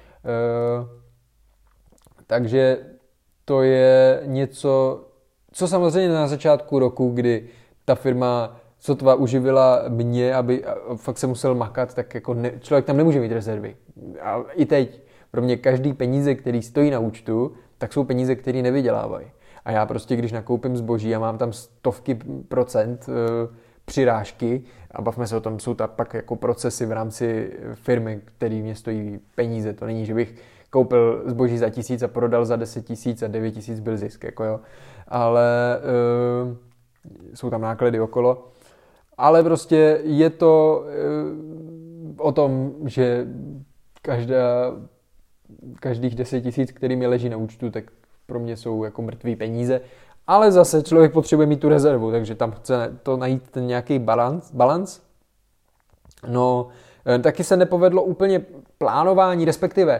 takže to je něco, co samozřejmě na začátku roku, kdy ta firma sotva uživila mě, aby fakt se musel makat, tak jako ne, člověk tam nemůže mít rezervy. A i teď pro mě každý peníze, který stojí na účtu, tak jsou peníze, které nevydělávají. A já prostě, když nakoupím zboží a mám tam stovky procent e, přirážky, a bavme se o tom, jsou tam pak jako procesy v rámci firmy, které mě stojí peníze. To není, že bych koupil zboží za tisíc a prodal za deset tisíc a devět tisíc byl zisk, jako jo. Ale e, jsou tam náklady okolo. Ale prostě je to e, o tom, že každá, každých deset tisíc, který mi leží na účtu, tak pro mě jsou jako mrtvý peníze. Ale zase člověk potřebuje mít tu rezervu, takže tam chce to najít ten nějaký balans. balans. No, e, taky se nepovedlo úplně plánování, respektive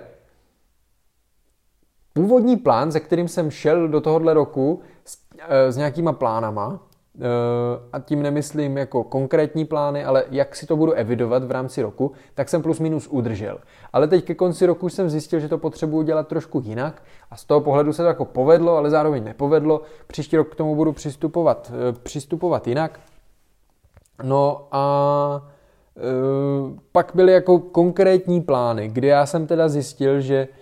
původní plán, se kterým jsem šel do tohohle roku s, e, s nějakýma plánama, a tím nemyslím jako konkrétní plány, ale jak si to budu evidovat v rámci roku, tak jsem plus minus udržel. Ale teď ke konci roku jsem zjistil, že to potřebuji dělat trošku jinak a z toho pohledu se to jako povedlo, ale zároveň nepovedlo. Příští rok k tomu budu přistupovat, přistupovat jinak. No a e, pak byly jako konkrétní plány, kdy já jsem teda zjistil, že e,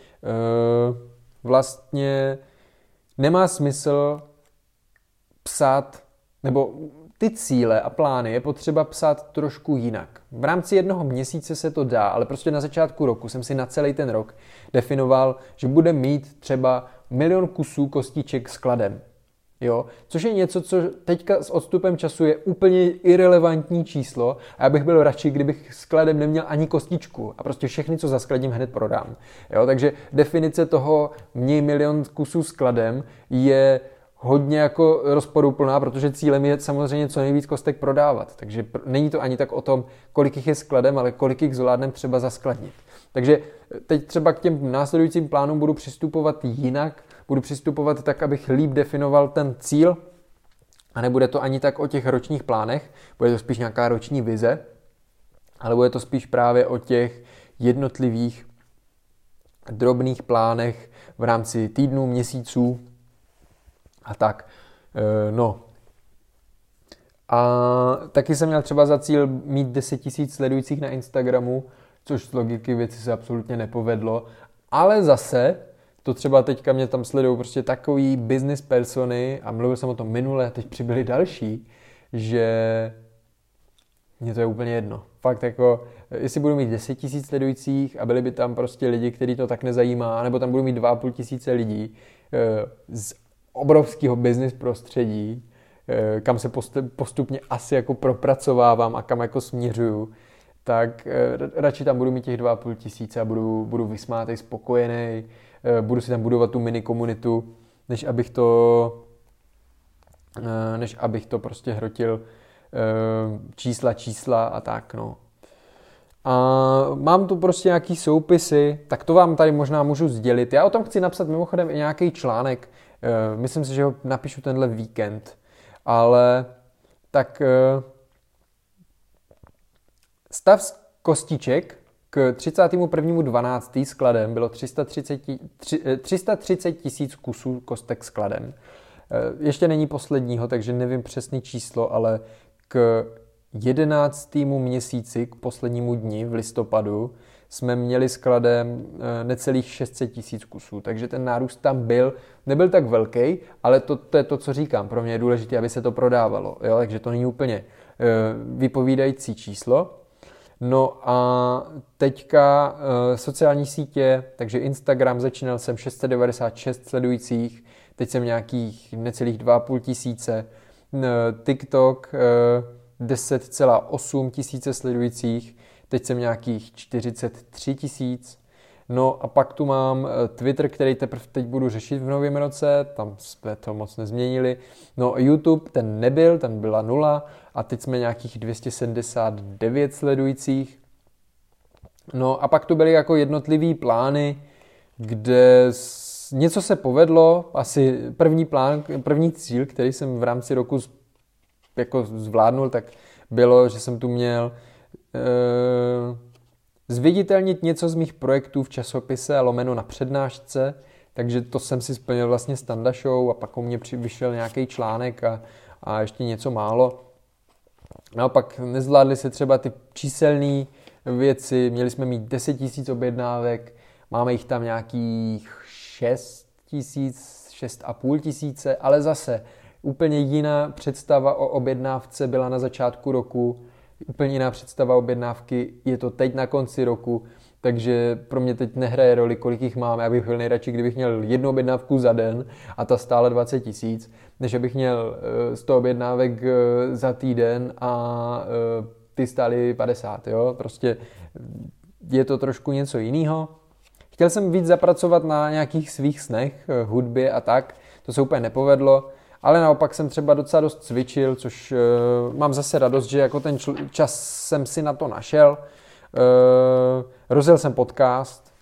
vlastně nemá smysl psát, nebo ty cíle a plány je potřeba psát trošku jinak. V rámci jednoho měsíce se to dá, ale prostě na začátku roku jsem si na celý ten rok definoval, že bude mít třeba milion kusů kostiček skladem. Jo? Což je něco, co teďka s odstupem času je úplně irelevantní číslo a já bych byl radši, kdybych skladem neměl ani kostičku a prostě všechny, co zaskladím, hned prodám. Jo? Takže definice toho měj milion kusů skladem je hodně jako rozporuplná, protože cílem je samozřejmě co nejvíc kostek prodávat. Takže není to ani tak o tom, kolik jich je skladem, ale kolik jich zvládnem třeba zaskladnit. Takže teď třeba k těm následujícím plánům budu přistupovat jinak budu přistupovat tak, abych líp definoval ten cíl a nebude to ani tak o těch ročních plánech, bude to spíš nějaká roční vize, ale bude to spíš právě o těch jednotlivých drobných plánech v rámci týdnů, měsíců a tak. No. A taky jsem měl třeba za cíl mít deset tisíc sledujících na Instagramu, což z logiky věci se absolutně nepovedlo, ale zase to třeba teďka mě tam sledují prostě takový business persony a mluvil jsem o tom minule a teď přibyli další, že mně to je úplně jedno. Fakt jako, jestli budu mít deset tisíc sledujících a byli by tam prostě lidi, který to tak nezajímá, nebo tam budu mít dva a půl tisíce lidí z obrovského business prostředí, kam se postupně asi jako propracovávám a kam jako směřuju, tak radši tam budu mít těch dva a půl tisíce a budu, budu vysmátej, spokojený, budu si tam budovat tu mini komunitu, než abych to, než abych to prostě hrotil čísla, čísla a tak, no. A mám tu prostě nějaký soupisy, tak to vám tady možná můžu sdělit. Já o tom chci napsat mimochodem i nějaký článek, myslím si, že ho napíšu tenhle víkend, ale tak stav kostiček k třicátému prvnímu dvanáctému skladem bylo tři sta třicet tisíc kusů kostek skladem. Ještě není posledního, takže nevím přesný číslo, ale k jedenáctému měsíci, k poslednímu dni v listopadu, jsme měli skladem necelých šest set tisíc kusů, takže ten nárůst tam byl, nebyl tak velký, ale to, to je to, co říkám, pro mě je důležité, aby se to prodávalo, jo? Takže to není úplně vypovídající číslo. No a teďka sociální sítě, takže Instagram, začínal jsem šest set devadesát šest sledujících, teď jsem nějakých necelých dva a půl tisíce, TikTok deset celá osm tisíce sledujících, teď jsem nějakých čtyřicet tři tisíc. No a pak tu mám Twitter, který teprve teď budu řešit v novém roce, tam jsme to moc nezměnili. No YouTube, ten nebyl, ten byla nula a teď jsme nějakých dvě stě sedmdesát devět sledujících. No a pak tu byly jako jednotlivý plány, kde něco se povedlo, asi první plán, první cíl, který jsem v rámci roku jako zvládnul, tak bylo, že jsem tu měl e, zviditelnit něco z mých projektů v časopise lomeno na přednášce, takže to jsem si splnil vlastně Standa Show a pak u mě vyšel nějaký článek a, a ještě něco málo. Naopak nezvládly se třeba ty číselné věci, měli jsme mít deset tisíc objednávek, máme jich tam nějakých šest tisíc, šest a půl tisíce, ale zase úplně jiná představa o objednávce byla na začátku roku, úplně jiná představa objednávky je to teď na konci roku, takže pro mě teď nehraje roli, kolik jich mám. Já bych byl nejradši, kdybych měl jednu objednávku za den a ta stála dvacet tisíc, než abych měl sto objednávek za týden a ty stály padesát, jo? Prostě je to trošku něco jiného. Chtěl jsem víc zapracovat na nějakých svých snech, hudbě a tak, to se úplně nepovedlo. Ale naopak jsem třeba docela dost cvičil, což uh, mám zase radost, že jako ten čl- čas jsem si na to našel. Uh, rozjel jsem podcast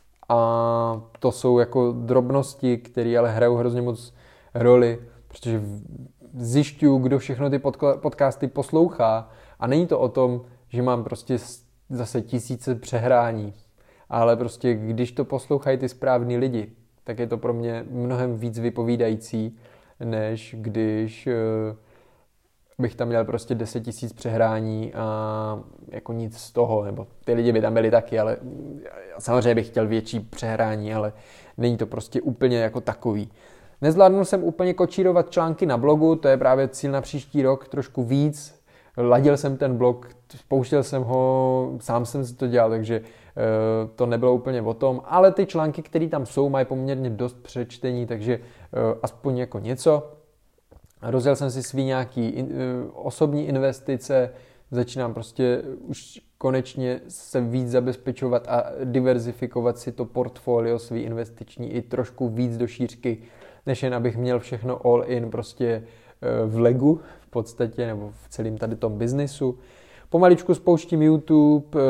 a to jsou jako drobnosti, které ale hrajou hrozně moc roli, protože zjišťuju, kdo všechno ty podka- podcasty poslouchá a není to o tom, že mám prostě zase tisíce přehrání, ale prostě když to poslouchají ty správní lidi, tak je to pro mě mnohem víc vypovídající, než když uh, bych tam měl prostě deset tisíc přehrání a jako nic z toho, nebo ty lidi by tam byli taky, ale samozřejmě bych chtěl větší přehrání, ale není to prostě úplně jako takový. Nezvládnul jsem úplně kočírovat články na blogu, to je právě cíl na příští rok, trošku víc. Ladil jsem ten blog, spouštěl jsem ho, sám jsem si to dělal, takže uh, to nebylo úplně o tom, ale ty články, které tam jsou, mají poměrně dost přečtení, takže uh, aspoň jako něco. Rozjel jsem si svý nějaký in, uh, osobní investice, začínám prostě už konečně se víc zabezpečovat a diverzifikovat si to portfolio svý investiční i trošku víc do šířky, než jen abych měl všechno all in prostě uh, v legu v podstatě, nebo v celém tady tom biznisu. Pomaličku spouštím YouTube,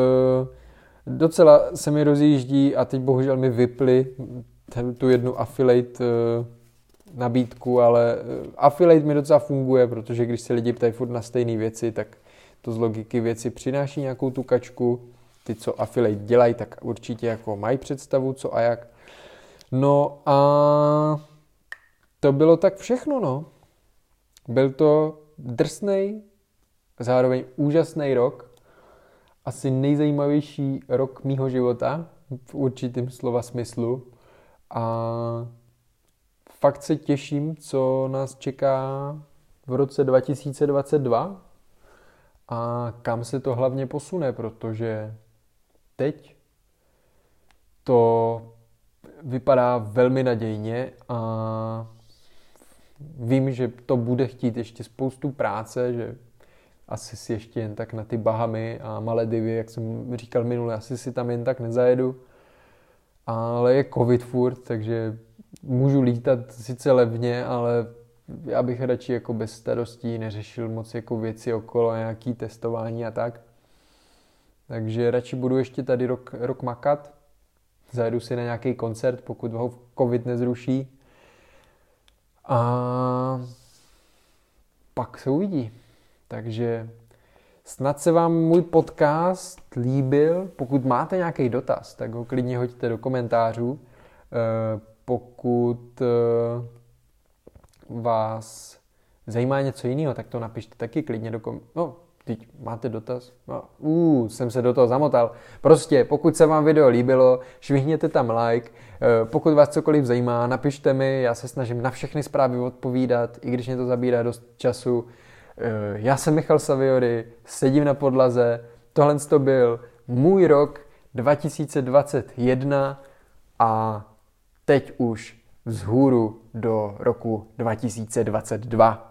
docela se mi rozjíždí a teď bohužel mi vyply tu jednu affiliate nabídku, ale affiliate mi docela funguje, protože když se lidi ptají furt na stejné věci, tak to z logiky věci přináší nějakou tu kačku. Ty, co affiliate dělají, tak určitě jako mají představu, co a jak. No a to bylo tak všechno, no. Byl to drsnej, zároveň úžasný rok. Asi nejzajímavější rok mýho života v určitém slova smyslu. A fakt se těším, co nás čeká v roce dva tisíce dvacet dva a kam se to hlavně posune, protože teď to vypadá velmi nadějně a vím, že to bude chtít ještě spoustu práce, že asi si ještě jen tak na ty Bahamy a Maledivy, jak jsem říkal minule, asi si tam jen tak nezajedu. Ale je covid furt, takže můžu lítat sice levně, ale já bych radši jako bez starostí neřešil moc jako věci okolo, nějaký testování a tak. Takže radši budu ještě tady rok, rok makat. Zajedu si na nějaký koncert, pokud ho covid nezruší. A pak se uvidí. Takže snad se vám můj podcast líbil. Pokud máte nějaký dotaz, tak ho klidně hoďte do komentářů. Pokud vás zajímá něco jiného, tak to napište taky klidně do komentářů. No, teď máte dotaz? No, uh, jsem se do toho zamotal. Prostě, pokud se vám video líbilo, švihněte tam like. Pokud vás cokoliv zajímá, napište mi, já se snažím na všechny zprávy odpovídat, i když mě to zabírá dost času. Já jsem Michal Saviory, sedím na podlaze. Tohle to byl můj rok dva tisíce dvacet jedna a teď už vzhůru do roku dva tisíce dvacet dva.